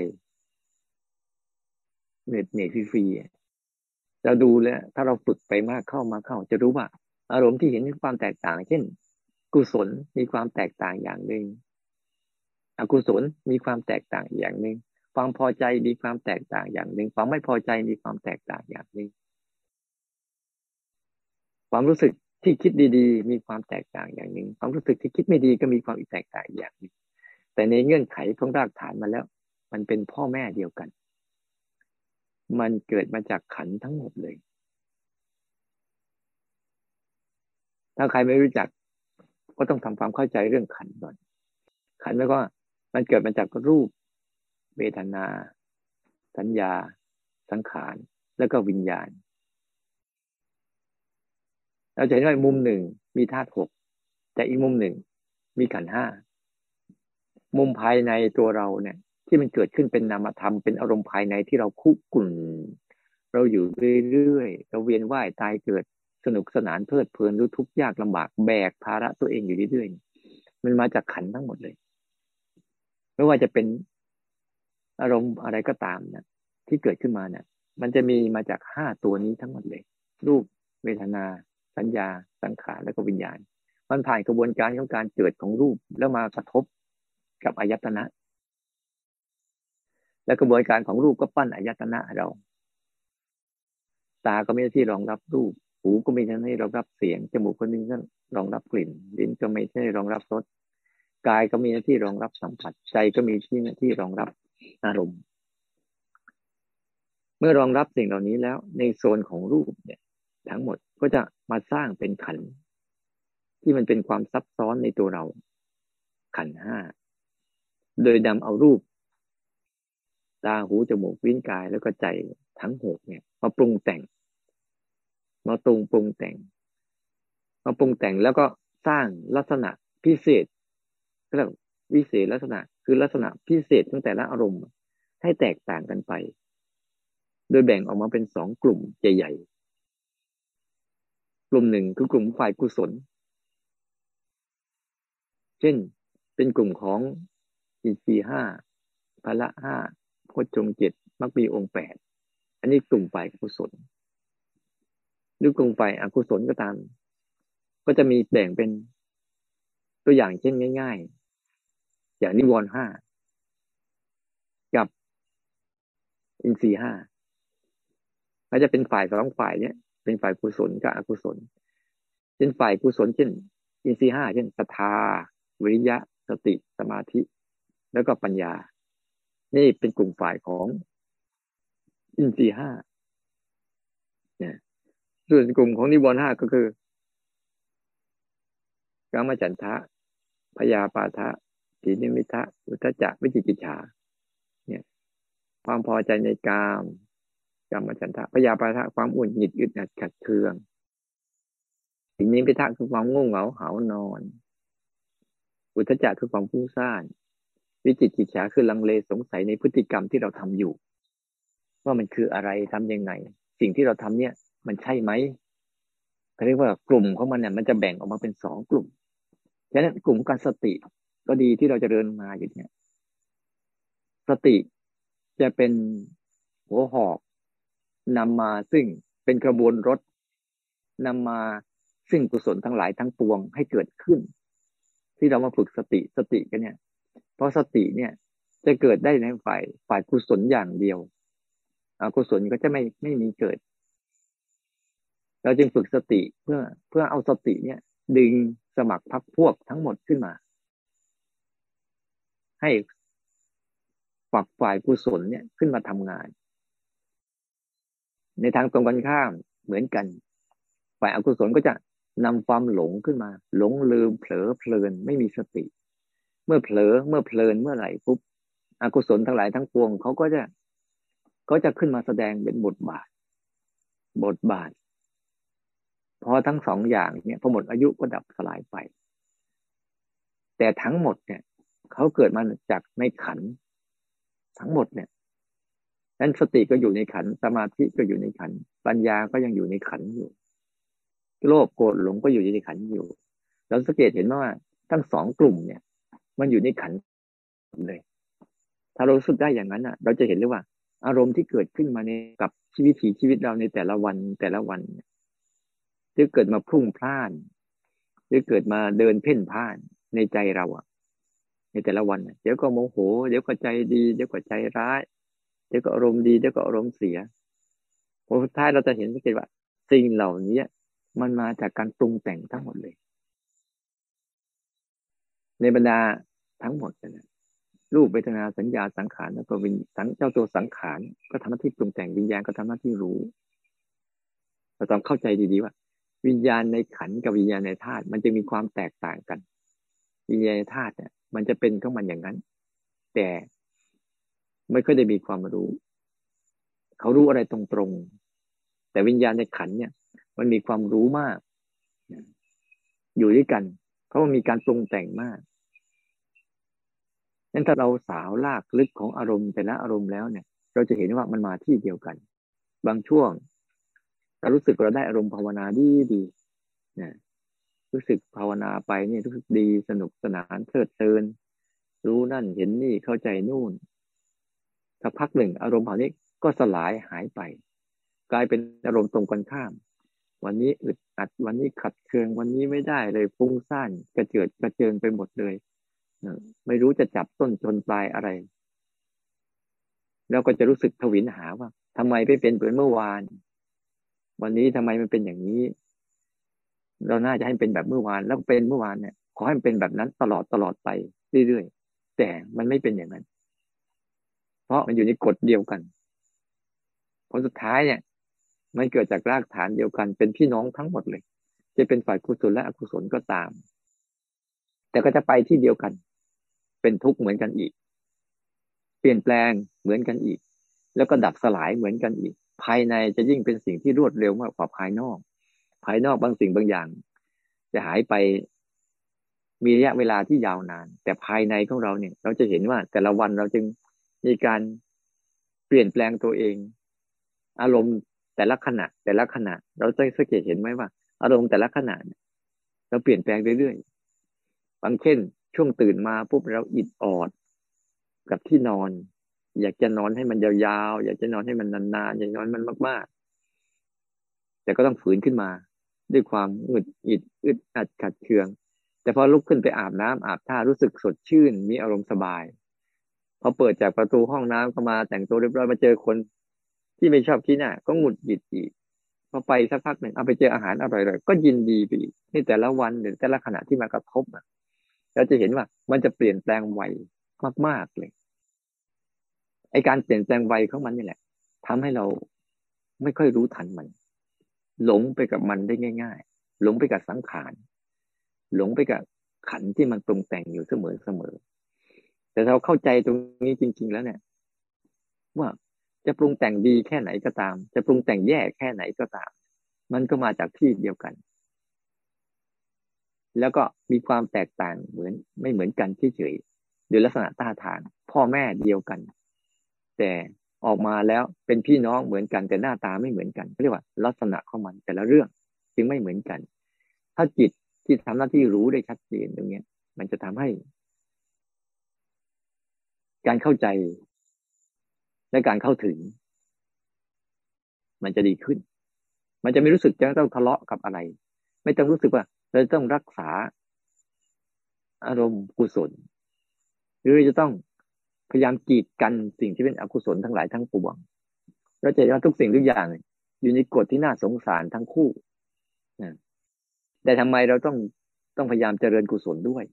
เหน็ดเหนื่อยฟรีๆเราดูแล้วถ้าเราฝึกไปมากเข้าจะรู้ว่าอารมณ์ที่เห็นมีความแตกต่างเช่นกุศลมีความแตกต่างอย่างหนึ่งอกุศลมีความแตกต่างอย่างหนึ่งความพอใจมีความแตกต่างอย่างหนึ่งความไม่พอใจมีความแตกต่างอย่างหนึ่ง ความรู้สึกที่คิดดีๆมีความแตกต่างอย่างหนึ่งความรู้สึกที่คิดไม่ดีก็มีความแตกต่างอย่างหนึ่งแต่ในเงื่อนไขของรากฐานมาแล้วมันเป็นพ่อแม่เดียวกันมันเกิดมาจากขันธ์ทั้งหมดเลยถ้าใครไม่รู้จักก็ต้องทำความเข้าใจเรื่องขันธ์ก่อนขันธ์แล้วก็มันเกิดมาจากรูปเวทนาสัญญาสังขารแล้วก็วิญญาณเราจะเห็นว่ามุมหนึ่งมีธาตุหกแต่อีกมุมหนึ่งมีขันธ์ห้า มุมภายในตัวเราเนี่ยที่มันเกิดขึ้นเป็นนามธรรมเป็นอารมณ์ภายในที่เราคุกรุ่นเราอยู่เรื่อยๆเราเวียนว่ายตายเกิดสนุกสนานเพลิดเพลินหรือทุกข์ยากลำบากแบกภาระตัวเองอยู่เรื่อยๆมันมาจากขันธ์ทั้งหมดเลยไม่ว่าจะเป็นอารมณ์อะไรก็ตามนะที่เกิดขึ้นมาเนี่ยมันจะมีมาจากห้าตัวนี้ทั้งหมดเลยรูปเวทนาสัญญาสังขารแล้วก็วิญญาณมันผ่านกระบวนการของการเกิดของรูปแล้วมากระทบกับอายตนะ และกระบวนการของรูปก็ปั้นอายตนะเราตาก็มีหน้าที่รองรับรูปหูก็มีหน้าที่รองรับเสียงจมูกก็มีหน้าที่รองรับกลิ่นลิ้นก็มีหน้าที่รองรับรสกายก็มีหน้าที่รองรับสัมผัสใจก็มีหน้าที่รองรับอารมณ์เมื่อรองรับสิ่งเหล่านี้แล้วในโซนของรูปเนี่ยทั้งหมดก็จะมาสร้างเป็นขันธ์ที่มันเป็นความซับซ้อนในตัวเราขันธ์ห้าโดยนำเอารูปตาหูจมูกลิ้นกายแล้วก็ใจทั้งหกเนี่ยมาปรุงแต่งมาตรงปรุงแต่ง มาปรุงแต่งแล้วก็สร้างลักษณะพิเศษก็เรียกวิเศษลักษณะคือลักษณะพิเศษตั้งแต่ละอารมณ์ให้แตกต่างกันไปโดยแบ่งออกมาเป็นสองกลุ่มใหญ่ๆกลุ่มหนึ่งคือกลุ่มฝ่ายกุศลเช่นเป็นกลุ่มของอินทรีย์ห้าพละห้าโพชฌงค์เจ็ดมรรคมีองค์แปดอันนี้กลุ่มฝ่ายกุศลหรือกลุ่มฝ่ายอกุศลก็ตามก็จะมีแบ่งเป็นตัวอย่างเช่นง่ายๆอย่างนิวรณ์ห้ากับอินทรีย์ห้า ก็จะเป็นฝ่ายสองฝ่ายเนี่ยเป็นฝ่ายกุศลกับอกุศลเป็นฝ่ายกุศลเช่นอินทรีย์ห้าเช่นศรัทธาวิริยะสติสมาธิแล้วก็ปัญญานี่เป็นกลุ่มฝ่ายของอินทรีย์ห้าเนี่ยส่วนกลุ่มของนิวรณ์ห้าก็คือกามฉันทะพยาปาทะถีนมิทะอุทธัจจะวิจิกิจฉาเนี่ยความพอใจในกามกามฉันทะพยาปาทะความอุ่นหงิดอึดอัดขัดเคืองถีนมิทะคือความง่วงเหงาหาวนอนอุทธัจจะคือความฟุ้งซ่านวิจิกิจฉาคือลังเลสงสัยในพฤติกรรมที่เราทำอยู่ว่ามันคืออะไรทำยังไงสิ่งที่เราทำเนี่ยมันใช่ไหมเขาเรียกว่ากลุ่มของมันเนี่ยมันจะแบ่งออกมาเป็นสองกลุ่มฉะนั้นกลุ่มการสติก็ดีที่เราจะเดินมาอยู่เนี่ยสติจะเป็นหัวหอกนำมาซึ่งเป็นกระบวนรถนำมาซึ่งกุศลทั้งหลายทั้งปวงให้เกิดขึ้นที่เรามาฝึกสติกันเนี่ยเพราะสติเนี่ยจะเกิดได้ในฝ่ายกุศลอย่างเดียวอกุศลก็จะไม่มีเกิดเราจึงฝึกสติเพื่อเอาสติเนี่ยดึงสมัครพรรคพวกทั้งหมดขึ้นมาให้ฝักฝ่ายกุศลเนี่ยขึ้นมาทำงานในทางตรงกันข้ามเหมือนกันฝ่ายอกุศลก็จะนำความหลงขึ้นมาหลงลืมเผลอเพลินไม่มีสติเมื่อเผลอเมื่อเพลินเมื่อไหร่ปุ๊บอกุศลทั้งหลายทั้งปวงเขาจะขึ้นมาแสดงเป็นบทบาทบทบาทพอทั้งสองอย่างเนี่ยพอหมดอายุก็ดับสลายไปแต่ทั้งหมดเนี่ยเขาเกิดมาจากในขันธ์ทั้งหมดเนี่ยนั้นสติก็อยู่ในขันธ์สมาธิก็อยู่ในขันธ์ปัญญาก็ยังอยู่ในขันธ์อยู่โลภโกรธหลงก็อยู่ในขันธ์อยู่เราสังเกตเห็นว่าทั้งสองกลุ่มเนี่ยมันอยู่ในขันธ์เลยถ้าเรารู้สึกได้อย่างนั้นอ่ะเราจะเห็นเลยว่าอารมณ์ที่เกิดขึ้นมาในกับชีวิตเราในแต่ละวันแต่ละวันเนี่ยจะเกิดมาพลุ่งพล่านหรือเกิดมาเดินเพ่นพ่านในใจเราอ่ะในแต่ละวันเดี๋ยวก็โมโหเดี๋ยวก็ใจดีเดี๋ยวก็ใจร้ายเดี๋ยวก็อารมณ์ดีเดี๋ยวก็อารมณ์เสียพอสุดท้ายเราจะเห็นสังเกตว่าสิ่งเหล่านี้มันมาจากการปรุงแต่งทั้งหมดเลยในบรรดาทั้งหมดนะรูปเวทนาสัญญาสังขารแล้วก็วิญสังเจ้าตัวสังขารก็ทำหน้าที่ปรุงแต่งวิญญาณก็ทำหน้าที่รู้เราต้องเข้าใจดีๆว่าวิญญาณในขันธ์กับวิญญาณในธาตุมันจะมีความแตกต่างกันวิญญาณในธาตุเนี่ยมันจะเป็นของมันอย่างนั้นแต่ไม่ค่อยได้มีความรู้เขารู้อะไรตรงๆแต่วิญญาณในขันธ์เนี่ยมันมีความรู้มากอยู่ด้วยกันเพราะมันมีการปรุงแต่งมากนั้นถ้าเราสาวลากลึกของอารมณ์แต่ละอารมณ์แล้วเนี่ยเราจะเห็นว่ามันมาที่เดียวกันบางช่วงเรารู้สึกเราได้อารมณ์ภาวนาดีนะรู้สึกภาวนาไปนี่รู้สึกดีสนุกสนานเพลิดเพลินรู้นั่นเห็นนี่เข้าใจนู่นสักพักหนึ่งอารมณ์เหล่านี้ก็สลายหายไปกลายเป็นอารมณ์ตรงกันข้ามวันนี้อึดอัดวันนี้ขัดเคืองวันนี้ไม่ได้เลยฟุ้งซ่านกระเจิดกระเจิงไปหมดเลยไม่รู้จะจับต้นชนปลายอะไรเราก็จะรู้สึกทวินหาว่าทำไมไม่เป็นเหมือนเมื่อวานวันนี้ทำไมมันเป็นอย่างนี้เราน่าจะให้เป็นแบบเมื่อวานแล้วเป็นเมื่อวานเนี่ยขอให้มันเป็นแบบนั้นตลอดไปเรื่อยๆแต่มันไม่เป็นอย่างนั้นเพราะมันอยู่ในกฎเดียวกันผลสุดท้ายเนี่ยมันเกิดจากรากฐานเดียวกันเป็นพี่น้องทั้งหมดเลยจะเป็นฝ่ายกุศลและอกุศลก็ตามแต่ก็จะไปที่เดียวกันเป็นทุกข์เหมือนกันอีกเปลี่ยนแปลงเหมือนกันอีกแล้วก็ดับสลายเหมือนกันอีกภายในจะยิ่งเป็นสิ่งที่รวดเร็วมากกว่าภายนอกภายนอกบางสิ่งบางอย่างจะหายไปมีระยะเวลาที่ยาวนานแต่ภายในของเราเนี่ยเราจะเห็นว่าแต่ละวันเราจึงมีการเปลี่ยนแปลงตัวเองอารมณ์แต่ละขณะเราจะสังเกตเห็นไหมว่าอารมณ์แต่ละขณะเนี่ยเราเปลี่ยนแปลงเรื่อยๆบางเช่นช่วงตื่นมาปุ๊บเราอิดออดกับที่นอนอยากจะนอนให้มันยาวๆอยากจะนอนให้มันนานๆอยากนอนมันมากๆแต่ก็ต้องฝืนขึ้นมาด้วยความหงุดหงิดอึดอัดขัดเคืองแต่พอลุกขึ้นไปอาบน้ำอาบท่ารู้สึกสดชื่นมีอารมณ์สบายพอเปิดจากประตูห้องน้ำเข้ามาแต่งตัวเรียบร้อยมาเจอคนที่ไม่ชอบที่หน้าก็หงุดหงิดอีกพอไปสักพักหนึ่งเอาไปเจออาหารอร่อยๆก็ยินดีไปอีกนี่แต่ละวันหรือแต่ละขณะที่มากระทบเราจะเห็นว่ามันจะเปลี่ยนแปลงไวมากๆเลยไอการเปลี่ยนแปลงไวของมันนี่แหละทำให้เราไม่ค่อยรู้ทันมันหลงไปกับมันได้ง่ายๆหลงไปกับสังขารหลงไปกับขันธ์ที่มันปรุงแต่งอยู่เสมอแต่เราเข้าใจตรงนี้จริงๆแล้วเนี่ยว่าจะปรุงแต่งดีแค่ไหนก็ตามจะปรุงแต่งแย่แค่ไหนก็ตามมันก็มาจากที่เดียวกันแล้วก็มีความแตกต่างเหมือนไม่เหมือนกันเฉยๆโดยลักษณะท่าทางพ่อแม่เดียวกันแต่ออกมาแล้วเป็นพี่น้องเหมือนกันแต่หน้าตาไม่เหมือนกันเขาเรียกว่าลักษณะของมันแต่ละเรื่องจึงไม่เหมือนกันถ้าจิตที่ทำหน้าที่รู้ได้ชัดเจนตรงนี้มันจะทำให้การเข้าใจและการเข้าถึงมันจะดีขึ้นมันจะไม่รู้สึกจะต้องทะเลาะกับอะไรไม่ต้องรู้สึกว่าเราต้องรักษาอารมณ์กุศลหรือจะต้องพยายามกีดกันสิ่งที่เป็นอกุศลทั้งหลายทั้งปวงเราจะเห็นว่าทุกสิ่งทุกอย่างอยู่ในกฎที่น่าสงสารทั้งคู่นะแต่ทำไมเราต้องพยายามเจริญกุศลด้วย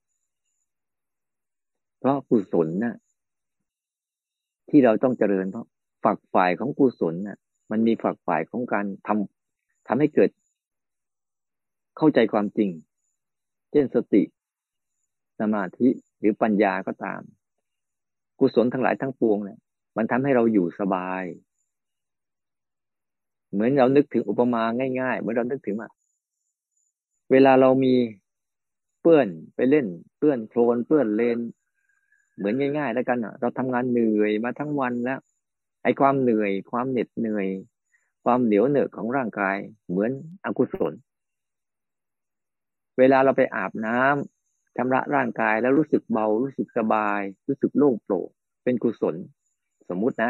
เพราะกุศลน่ะที่เราต้องเจริญเพราะฝักฝ่ายของกุศลน่ะมันมีฝักฝ่ายของการทำให้เกิดเข้าใจความจริงเช่นสติสมาธิหรือปัญญาก็ตามกุศลทั้งหลายทั้งปวงเนี่ยมันทำให้เราอยู่สบายเหมือนเรานึกถึงอุปมาง่ายๆเหมือนเรานึกถึงว่าเวลาเรามีเปื้อนไปเล่นเปื้อนโคลนเปื้อนเลนเหมือนง่ายๆแล้วกันอ่ะเราทำงานเหนื่อยมาทั้งวันแล้วไอ้ความเหนื่อยความเหน็ดเหนื่อยความเหนียวเหนอะของร่างกายเหมือนอกุศลเวลาเราไปอาบน้ำชำระร่างกายแล้วรู้สึกเบารู้สึกสบายรู้สึกโล่งโปร่งเป็นกุศลสมมุตินะ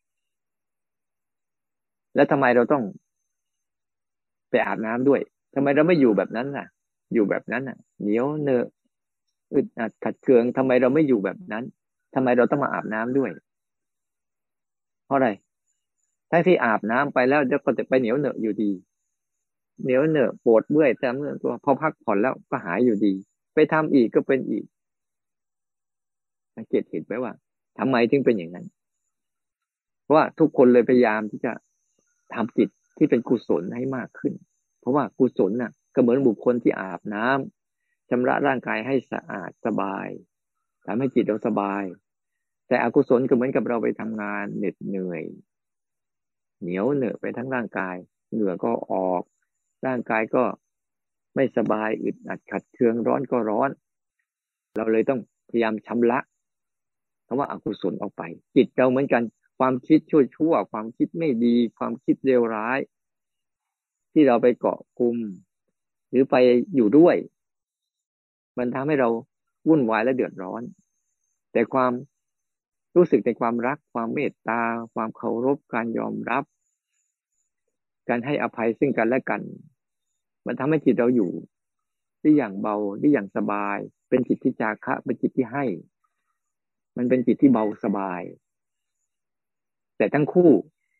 แล้วทำไมเราต้องไปอาบน้ำด้วยทำไมเราไม่อยู่แบบนั้นล่ะอยู่แบบนั้นอ่ะเหนียวเหนอะอึดอัดขัดเคืองทำไมเราไม่อยู่แบบนั้นทำไมเราต้องมาอาบน้ำด้วยเพราะอะไรทั้งที่อาบน้ำไปแล้วเดี๋ยวก็จะไปเหนียวเหนอะอยู่ดีเหนียวเหนอะปวดเมื่อยตามเนื้อตัวพอพักผ่อนแล้วก็หายอยู่ดีไปทำอีกก็เป็นอีกสังเกตเห็นไหมว่าทำไมถึงเป็นอย่างนั้นเพราะว่าทุกคนเลยพยายามที่จะทำจิตที่เป็นกุศลให้มากขึ้นเพราะว่ากุศลน่ะก็เหมือนบุคคลที่อาบน้ำชำระร่างกายให้สะอาดสบายทำให้จิตเราสบายแต่อกุศลก็เหมือนกับเราไปทำงานเหน็ดเหนื่อยเหนียวเหนอะไปทั้งร่างกายเหงื่อก็ออกร่างกายก็ไม่สบายอึดอัดขัดเคืองร้อนก็ร้อนเราเลยต้องพยายามชำระคำว่าอกุศลออกไปจิตเราเหมือนกันความคิดชั่วความคิดไม่ดีความคิดเลวร้ายที่เราไปเกาะกลุ่มหรือไปอยู่ด้วยมันทำให้เราวุ่นวายและเดือดร้อนแต่ความรู้สึกในความรักความเมตตาความเคารพการยอมรับการให้อภัยซึ่งกันและกันมันทำให้จิตเราอยู่ได้อย่างเบาได้อย่างสบายเป็นจิตที่จาคะเป็นจิตที่ให้มันเป็นจิตที่เบาสบายแต่ทั้งคู่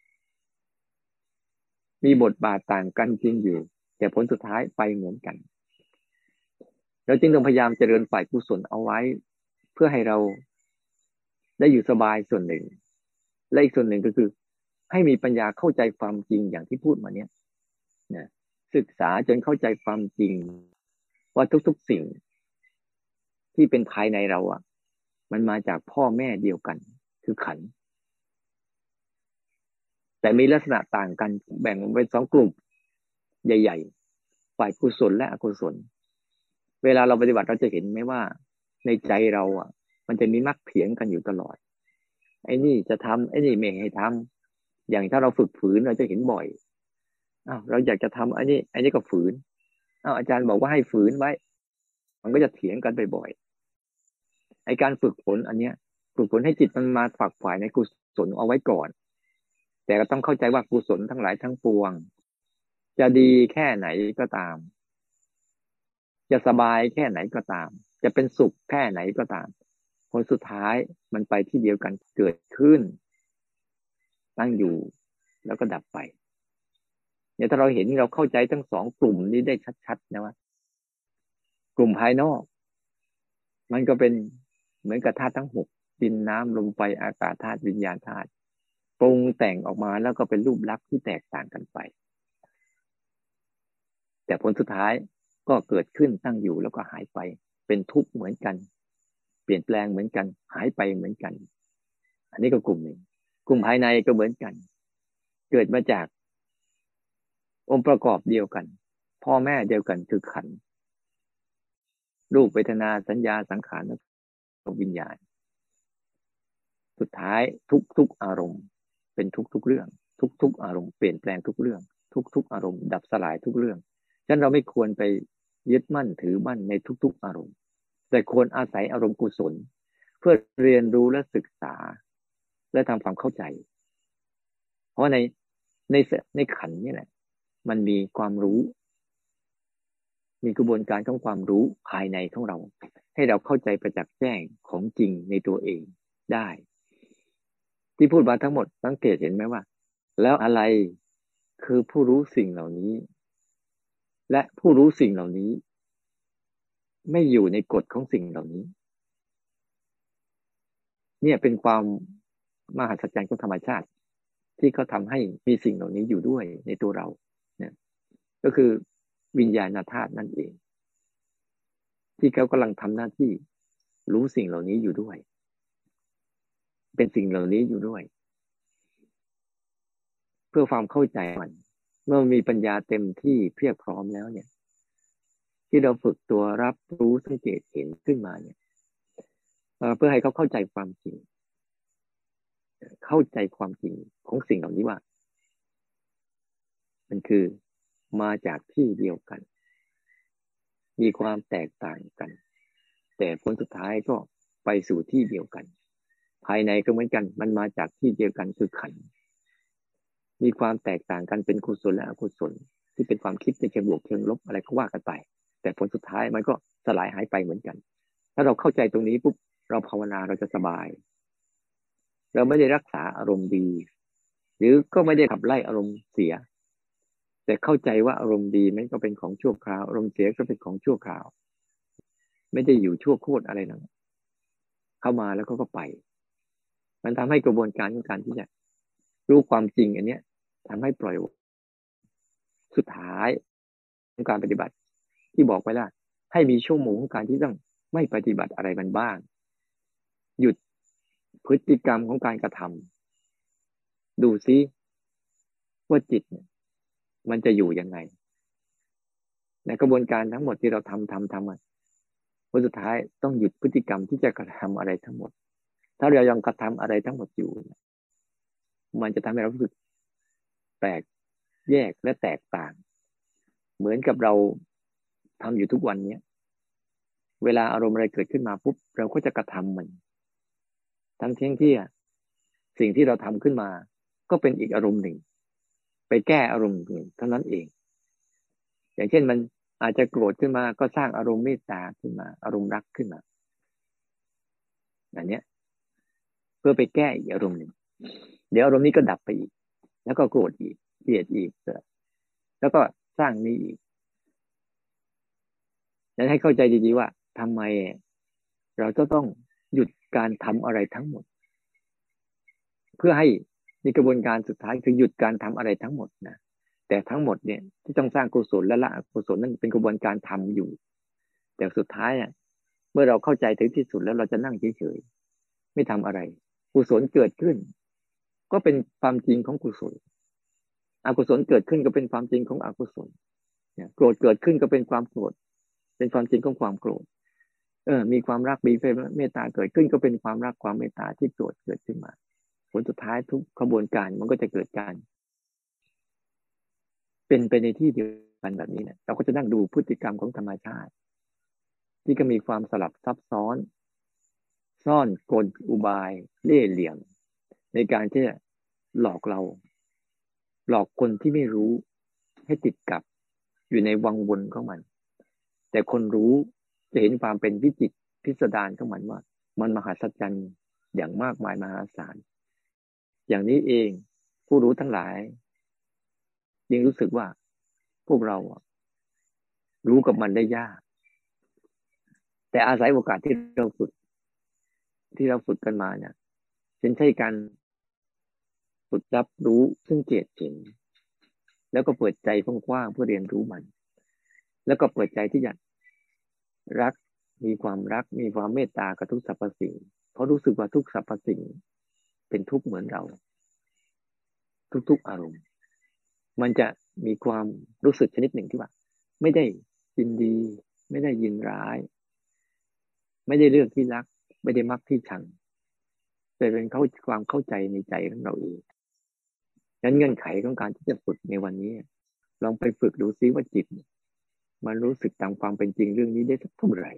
มีบทบาทต่างกันจริงอยู่แต่ผลสุดท้ายไปเหมือนกันเราจึงต้องพยายามเจริญฝ่ายกุศลเอาไว้เพื่อให้เราได้อยู่สบายส่วนหนึ่งและอีกส่วนหนึ่งก็คือให้มีปัญญาเข้าใจความจริงอย่างที่พูดมาเนี้ยนะศึกษาจนเข้าใจความจริงว่าทุกๆสิ่งที่เป็นภายในเราอ่ะมันมาจากพ่อแม่เดียวกันคือขันธ์แต่มีลักษณะต่างกันแบ่งเป็นสองกลุ่มใหญ่ๆฝ่ายกุศลและอกุศลเวลาเราปฏิบัติเราจะเห็นไหมว่าในใจเราอ่ะมันจะมีมักเถียงกันอยู่ตลอดไอ้นี่จะทำไอ้นี่ไม่ให้ทำอย่างถ้าเราฝึกฝืนเราจะเห็นบ่อยอ้าวเราอยากจะทำอันนี้ก็ฝืนอ้าวอาจารย์บอกว่าให้ฝืนไว้มันก็จะเถียงกันบ่อยๆไอ้การฝึกฝนอันเนี้ยฝึกฝนให้จิตมันมาฝักฝ่ายในกุศลเอาไว้ก่อนแต่ก็ต้องเข้าใจว่ากุศลทั้งหลายทั้งปวงจะดีแค่ไหนก็ตามจะสบายแค่ไหนก็ตามจะเป็นสุขแค่ไหนก็ตามผลสุดท้ายมันไปที่เดียวกันเกิดขึ้นตั้งอยู่แล้วก็ดับไปเนี่ยถ้าเราเห็นเราเข้าใจทั้งสองกลุ่มนี้ได้ชัดๆนะว่ากลุ่มภายนอกมันก็เป็นเหมือนกับธาตุทั้งหกดินน้ำลมไฟอากาศธาตุวิญญาณธาตุปรุงแต่งออกมาแล้วก็เป็นรูปลักษณ์ที่แตกต่างกันไปแต่ผลสุดท้ายก็เกิดขึ้นตั้งอยู่แล้วก็หายไปเป็นทุกข์เหมือนกันเปลี่ยนแปลงเหมือนกันหายไปเหมือนกันอันนี้ก็กลุ่มหนึ่งกลุ่มภายในก็เหมือนกันเกิดมาจากองค์ประกอบเดียวกันพ่อแม่เดียวกันคือขันธ์รูปเวทนาสัญญาสังขารและวิญญาณสุดท้ายทุกอารมณ์เป็นทุกเรื่องทุกอารมณ์เปลี่ยนแปลงทุกเรื่องทุกอารมณ์ดับสลายทุกเรื่องฉะนั้นเราไม่ควรไปยึดมั่นถือมั่นในทุกอารมณ์แต่ควรอาศัยอารมณ์กุศลเพื่อเรียนรู้และศึกษาและทำความเข้าใจเพราะในในขันธ์นี่แหละมันมีความรู้มีกระบวนการของความรู้ภายในของเราให้เราเข้าใจประจักษ์แจ้งของจริงในตัวเองได้ที่พูดมาทั้งหมดสังเกตเห็นไหมว่าแล้วอะไรคือผู้รู้สิ่งเหล่านี้และผู้รู้สิ่งเหล่านี้ไม่อยู่ในกฎของสิ่งเหล่านี้เนี่ยเป็นความมหัศจรรย์ของธรรมชาติที่เขาทำให้มีสิ่งเหล่านี้อยู่ด้วยในตัวเราเนี่ยก็คือวิญญาณธาตุนั่นเองที่เขากำลังทำหน้าที่รู้สิ่งเหล่านี้อยู่ด้วยเป็นสิ่งเหล่านี้อยู่ด้วยเพื่อความเข้าใจมันเมื่อมีปัญญาเต็มที่เพียบพร้อมแล้วเนี่ยที่เราฝึกตัวรับรู้สังเกตเห็นขึ้นมาเนี่ยเพื่อให้เขาเข้าใจความจริงเข้าใจความจริงของสิ่งเหล่านี้ว่ามันคือมาจากที่เดียวกันมีความแตกต่างกันแต่ผลสุดท้ายก็ไปสู่ที่เดียวกันภายในก็เหมือนกันมันมาจากที่เดียวกันคือขันธ์มีความแตกต่างกันเป็นกุศลและอกุศลที่เป็นความคิดในเชิงบวกเชิงลบอะไรก็ว่ากันไปแต่ผลสุดท้ายมันก็สลายหายไปเหมือนกันถ้าเราเข้าใจตรงนี้ปุ๊บเราภาวนาเราจะสบายเราไม่ได้รักษาอารมณ์ดีหรือก็ไม่ได้ขับไล่อารมณ์เสียแต่เข้าใจว่าอารมณ์ดีมันก็เป็นของชั่วคราวอารมณ์เสียก็เป็นของชั่วคราวไม่ได้อยู่ชั่วโคตรอะไรนะเข้ามาแล้วก็ไปมันทำให้กระบวนการของการที่จะรู้ความจริงอันเนี้ยทำให้ปล่อยสุดท้ายของการปฏิบัติที่บอกไปแล้วให้มีชั่วโมงของการที่ต้องไม่ปฏิบัติอะไรมันบ้างหยุดพฤติกรรมของการกระทำดูซิว่าจิตเนี่ยมันจะอยู่ยังไงในกระบวนการทั้งหมดที่เราทำวันสุดท้ายต้องหยุดพฤติกรรมที่จะกระทำอะไรทั้งหมดถ้าเรายังกระทำอะไรทั้งหมดอยู่มันจะทำให้เรารู้สึกแปลกแยกและแตกต่างเหมือนกับเราทำอยู่ทุกวันเนี้ยเวลาอารมณ์อะไรเกิดขึ้นมาปุ๊บเราก็จะกระทำมันทั้งที่สิ่งที่เราทำขึ้นมาก็เป็นอีกอารมณ์หนึ่งไปแก้อารมณ์หนึ่งเท่านั้นเองอย่างเช่นมันอาจจะโกรธขึ้นมาก็สร้างอารมณ์เมตตาขึ้นมาอารมณ์รักขึ้นมาอันเนี้ยเพื่อไปแก้อีกอารมณ์หนึ่งเดี๋ยวอารมณ์นี้ก็ดับไปอีกแล้วก็โกรธอีกเกลียดอีกแล้วก็สร้างนี้อีกจะให้เข้าใจดีๆว่าทำไมเราจะต้องหยุดการทำอะไรทั้งหมดเพื่อให้ในกระบวนการสุดท้ายคือหยุดการทำอะไรทั้งหมดนะแต่ทั้งหมดเนี่ยที่ต้องสร้างกุศลและละอกุศลนั่นเป็นกระบวนการทำอยู่แต่สุดท้ายเมื่อเราเข้าใจถึงที่สุดแล้วเราจะนั่งเฉยๆไม่ทำอะไรกุศลเกิดขึ้นก็เป็นความจริงของกุศลอกุศลเกิดขึ้นก็เป็นความจริงของอกุศลโกรธเกิดขึ้นก็เป็นความโกรธเป็นความจริงของความโกรธมีความรักมีเมตตาเกิดขึ้นก็เป็นความรักความเมตตาที่โกรธเกิดขึ้นมาผลสุดท้ายทุกกระบวนการมันก็จะเกิดการเป็นไปในที่เดียวกันแบบนี้เนี่ยเราก็จะนั่งดูพฤติกรรมของธรรมชาติที่ก็มีความสลับซับซ้อนซ่อนกลอุบายเล่ห์เหลี่ยมในการที่จะหลอกเราหลอกคนที่ไม่รู้ให้ติดกับอยู่ในวังวนของมันแต่คนรู้จะเห็นความเป็นวิจิตรพิสดารของมันว่ามันมหัศจรรย์อย่างมากมายมหาศาลอย่างนี้เองผู้รู้ทั้งหลายยิ่งรู้สึกว่าพวกเรารู้กับมันได้ยากแต่อาศัยโอกาสที่เราฝึกกันมาเนี่ยเป็นใช่การฝึกรับรู้ซึ่งเจตเห็นแล้วก็เปิดใจกว้างๆเพื่อเรียนรู้มันแล้วก็เปิดใจที่จะรักมีความรักมีความเมตตากับทุกสรรพสิ่งเพราะรู้สึกว่าทุกสรรพสิ่งเป็นทุกข์เหมือนเราทุกๆอารมณ์มันจะมีความรู้สึกชนิดหนึ่งที่ว่าไม่ได้ยินดีไม่ได้ยินร้ายไม่ได้เลือกที่รักไม่ได้มักที่ชังแต่เป็นความเข้าใจในใจของเราเองนั้นเงื่อนไขของการที่จะฝึกในวันนี้ลองไปฝึกดูซิว่าจิตมันรู้สึกตามความเป็นจริงเรื่องนี้ได้สักเท่าไหร่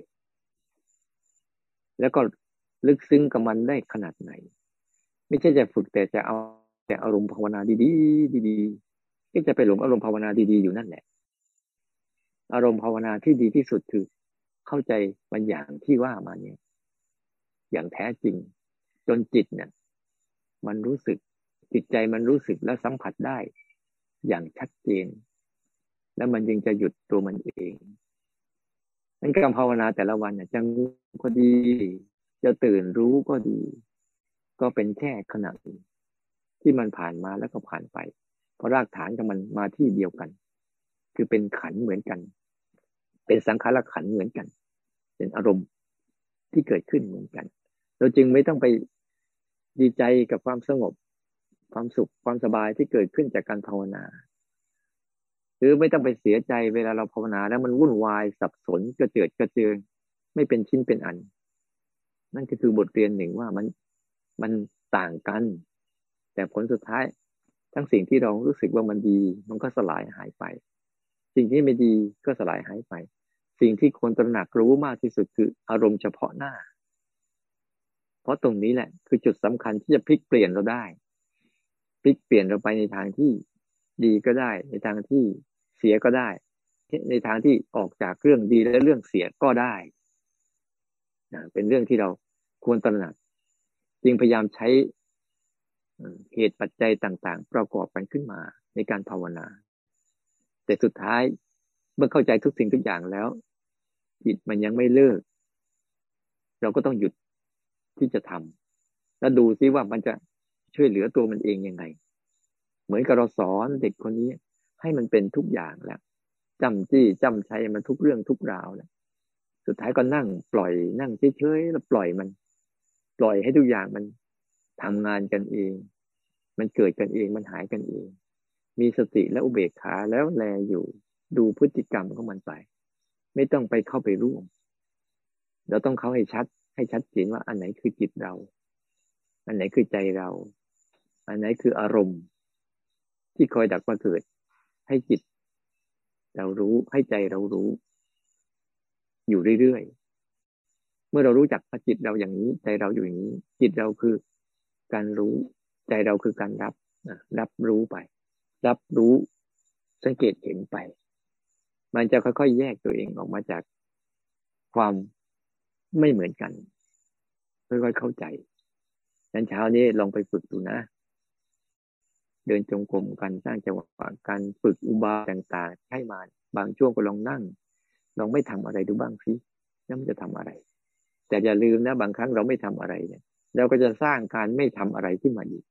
แล้วก็ลึกซึ้งกับมันได้ขนาดไหนไม่ใช่จะฝึกแต่จะเอาแต่อารมณ์ภาวนาดีๆดีๆก็จะไปหลงอารมณ์ภาวนาดีๆอยู่นั่นแหละอารมณ์ภาวนาที่ดีที่สุดคือเข้าใจมันอย่างที่ว่ามาเนี่ยอย่างแท้จริงจนจิตเนี่ยมันรู้สึกจิตใจมันรู้สึกและสัมผัสได้อย่างชัดเจนแล้วมันยังจะหยุดตัวมันเองนั่นการภาวนาแต่ละวันเนี่ยจะงูก็ดีจะตื่นรู้ก็ดีก็เป็นแค่ขณะที่มันผ่านมาแล้วก็ผ่านไปเพราะรากฐานของมันมาที่เดียวกันคือเป็นขันธ์เหมือนกันเป็นสังขารขันธ์เหมือนกันเป็นอารมณ์ที่เกิดขึ้นเหมือนกันเราจึงไม่ต้องไปดีใจกับความสงบความสุขความสบายที่เกิดขึ้นจากการภาวนาหรือไม่ต้องไปเสียใจเวลาเราภาวนาแล้วมันวุ่นวายสับสนกระเจิดกระเจิงไม่เป็นชิ้นเป็นอันนั่นก็คือบทเรียนหนึ่งว่ามันต่างกันแต่ผลสุดท้ายทั้งสิ่งที่เรารู้สึกว่ามันดีมันก็สลายหายไปสิ่งที่ไม่ดีก็สลายหายไปสิ่งที่ควรตระหนักรู้มากที่สุดคืออารมณ์เฉพาะหน้าเพราะตรงนี้แหละคือจุดสำคัญที่จะพลิกเปลี่ยนเราได้พลิกเปลี่ยนเราไปในทางที่ดีก็ได้ในทางที่เสียก็ได้ในทางที่ออกจากเรื่องดีและเรื่องเสียก็ได้นะเป็นเรื่องที่เราควรตระหนักจึงพยายามใช้เหตุปัจจัยต่างๆประกอบกันขึ้นมาในการภาวนาแต่สุดท้ายเมื่อเข้าใจทุกสิ่งทุกอย่างแล้วจิตมันยังไม่เลิกเราก็ต้องหยุดที่จะทำแล้วดูซิว่ามันจะช่วยเหลือตัวมันเองยังไงเหมือนกับเราสอนเด็กคนนี้ให้มันเป็นทุกอย่างแล้วจำจี้จำชัยมันทุกเรื่องทุกราวแล้วสุดท้ายก็นั่งปล่อยนั่งเฉยๆแล้วปล่อยมันปล่อยให้ทุกอย่างมันทำงานกันเองมันเกิดกันเองมันหายกันเองมีสติและอุเบกขาแล้วแลอยู่ดูพฤติกรรมของมันไปไม่ต้องไปเข้าไปร่วมเราต้องเข้าให้ชัดให้ชัดเจนว่าอันไหนคือจิตเราอันไหนคือใจเราอันไหนคืออารมณ์ที่คอยดักมาเกิดให้จิตเรารู้ให้ใจเรารู้อยู่เรื่อยๆเมื่อเรารู้จักจิตเราอย่างนี้ใจเราอยู่อย่างนี้จิตเราคือการรู้ใจเราคือการรับรู้ไปรับรู้สังเกตเห็นไปมันจะค่อยๆแยกตัวเองออกมาจากความไม่เหมือนกันค่อยๆเข้าใจนั้นเช้านี้ลองไปฝึกดูนะเดินจงกรมกันสร้างจังหวะการฝึกอุบายต่างๆให้มาบางช่วงก็ลองนั่งลองไม่ทำอะไรดูบ้างสิแล้วมันจะทำอะไรแต่อย่าลืมนะบางครั้งเราไม่ทำอะไรเนี่ยเราก็จะสร้างการไม่ทำอะไรขึ้นมาอีก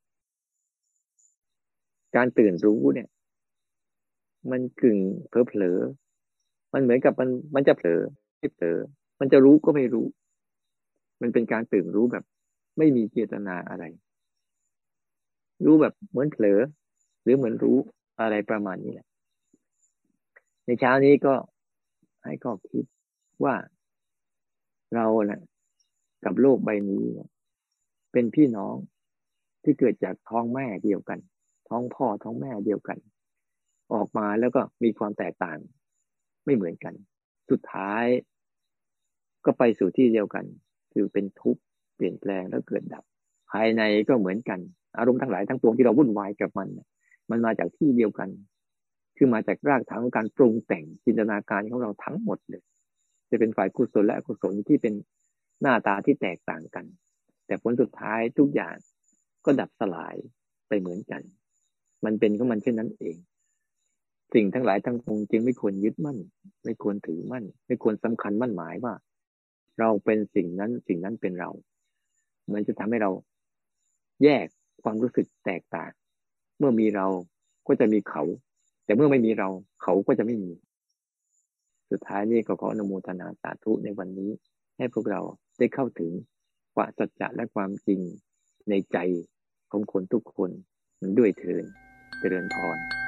การตื่นรู้เนี่ยมันกึ่งเผลอๆมันเหมือนกับมันจะเผลอไม่เผลอมันจะรู้ก็ไม่รู้มันเป็นการตื่นรู้แบบไม่มีเจตนาอะไรรู้แบบเหมือนเผลอหรือเหมือนรู้อะไรประมาณนี้แหละในเช้านี้ก็ให้ก็คิดว่าเรานะ่ะกับโลกใบนี้เป็นพี่น้องที่เกิดจากท้องแม่เดียวกันท้องพ่อท้องแม่เดียวกันออกมาแล้วก็มีความแตกต่างไม่เหมือนกันสุดท้ายก็ไปสู่ที่เดียวกันคือเป็นทุกข์เปลี่ยนแปลงแล้วเกิดดับภายในก็เหมือนกันอารมณ์ทั้งหลายทั้งปวงที่เราวุ่นวายกับมันมาจากที่เดียวกันคือมาจากรากฐานของการปรุงแต่งจินตนาการของเราทั้งหมดเลยจะเป็นฝ่ายกุศลและอกุศลที่เป็นหน้าตาที่แตกต่างกันแต่ผลสุดท้ายทุกอย่างก็ดับสลายไปเหมือนกันมันเป็นของมันเช่นนั้นเองสิ่งทั้งหลายทั้งปวงจึงไม่ควรยึดมั่นไม่ควรถือมั่นไม่ควรสำคัญมั่นหมายว่าเราเป็นสิ่งนั้นสิ่งนั้นเป็นเรามันจะทำให้เราแยกความรู้สึกแตกต่างเมื่อมีเราก็จะมีเขาแต่เมื่อไม่มีเราเขาก็จะไม่มีสุดท้ายนี่ก็ขออนุโมทนาสาธุในวันนี้ให้พวกเราได้เข้าถึงความสัจจะและความจริงในใจของคนทุกคนด้วยเถิดเจริญพร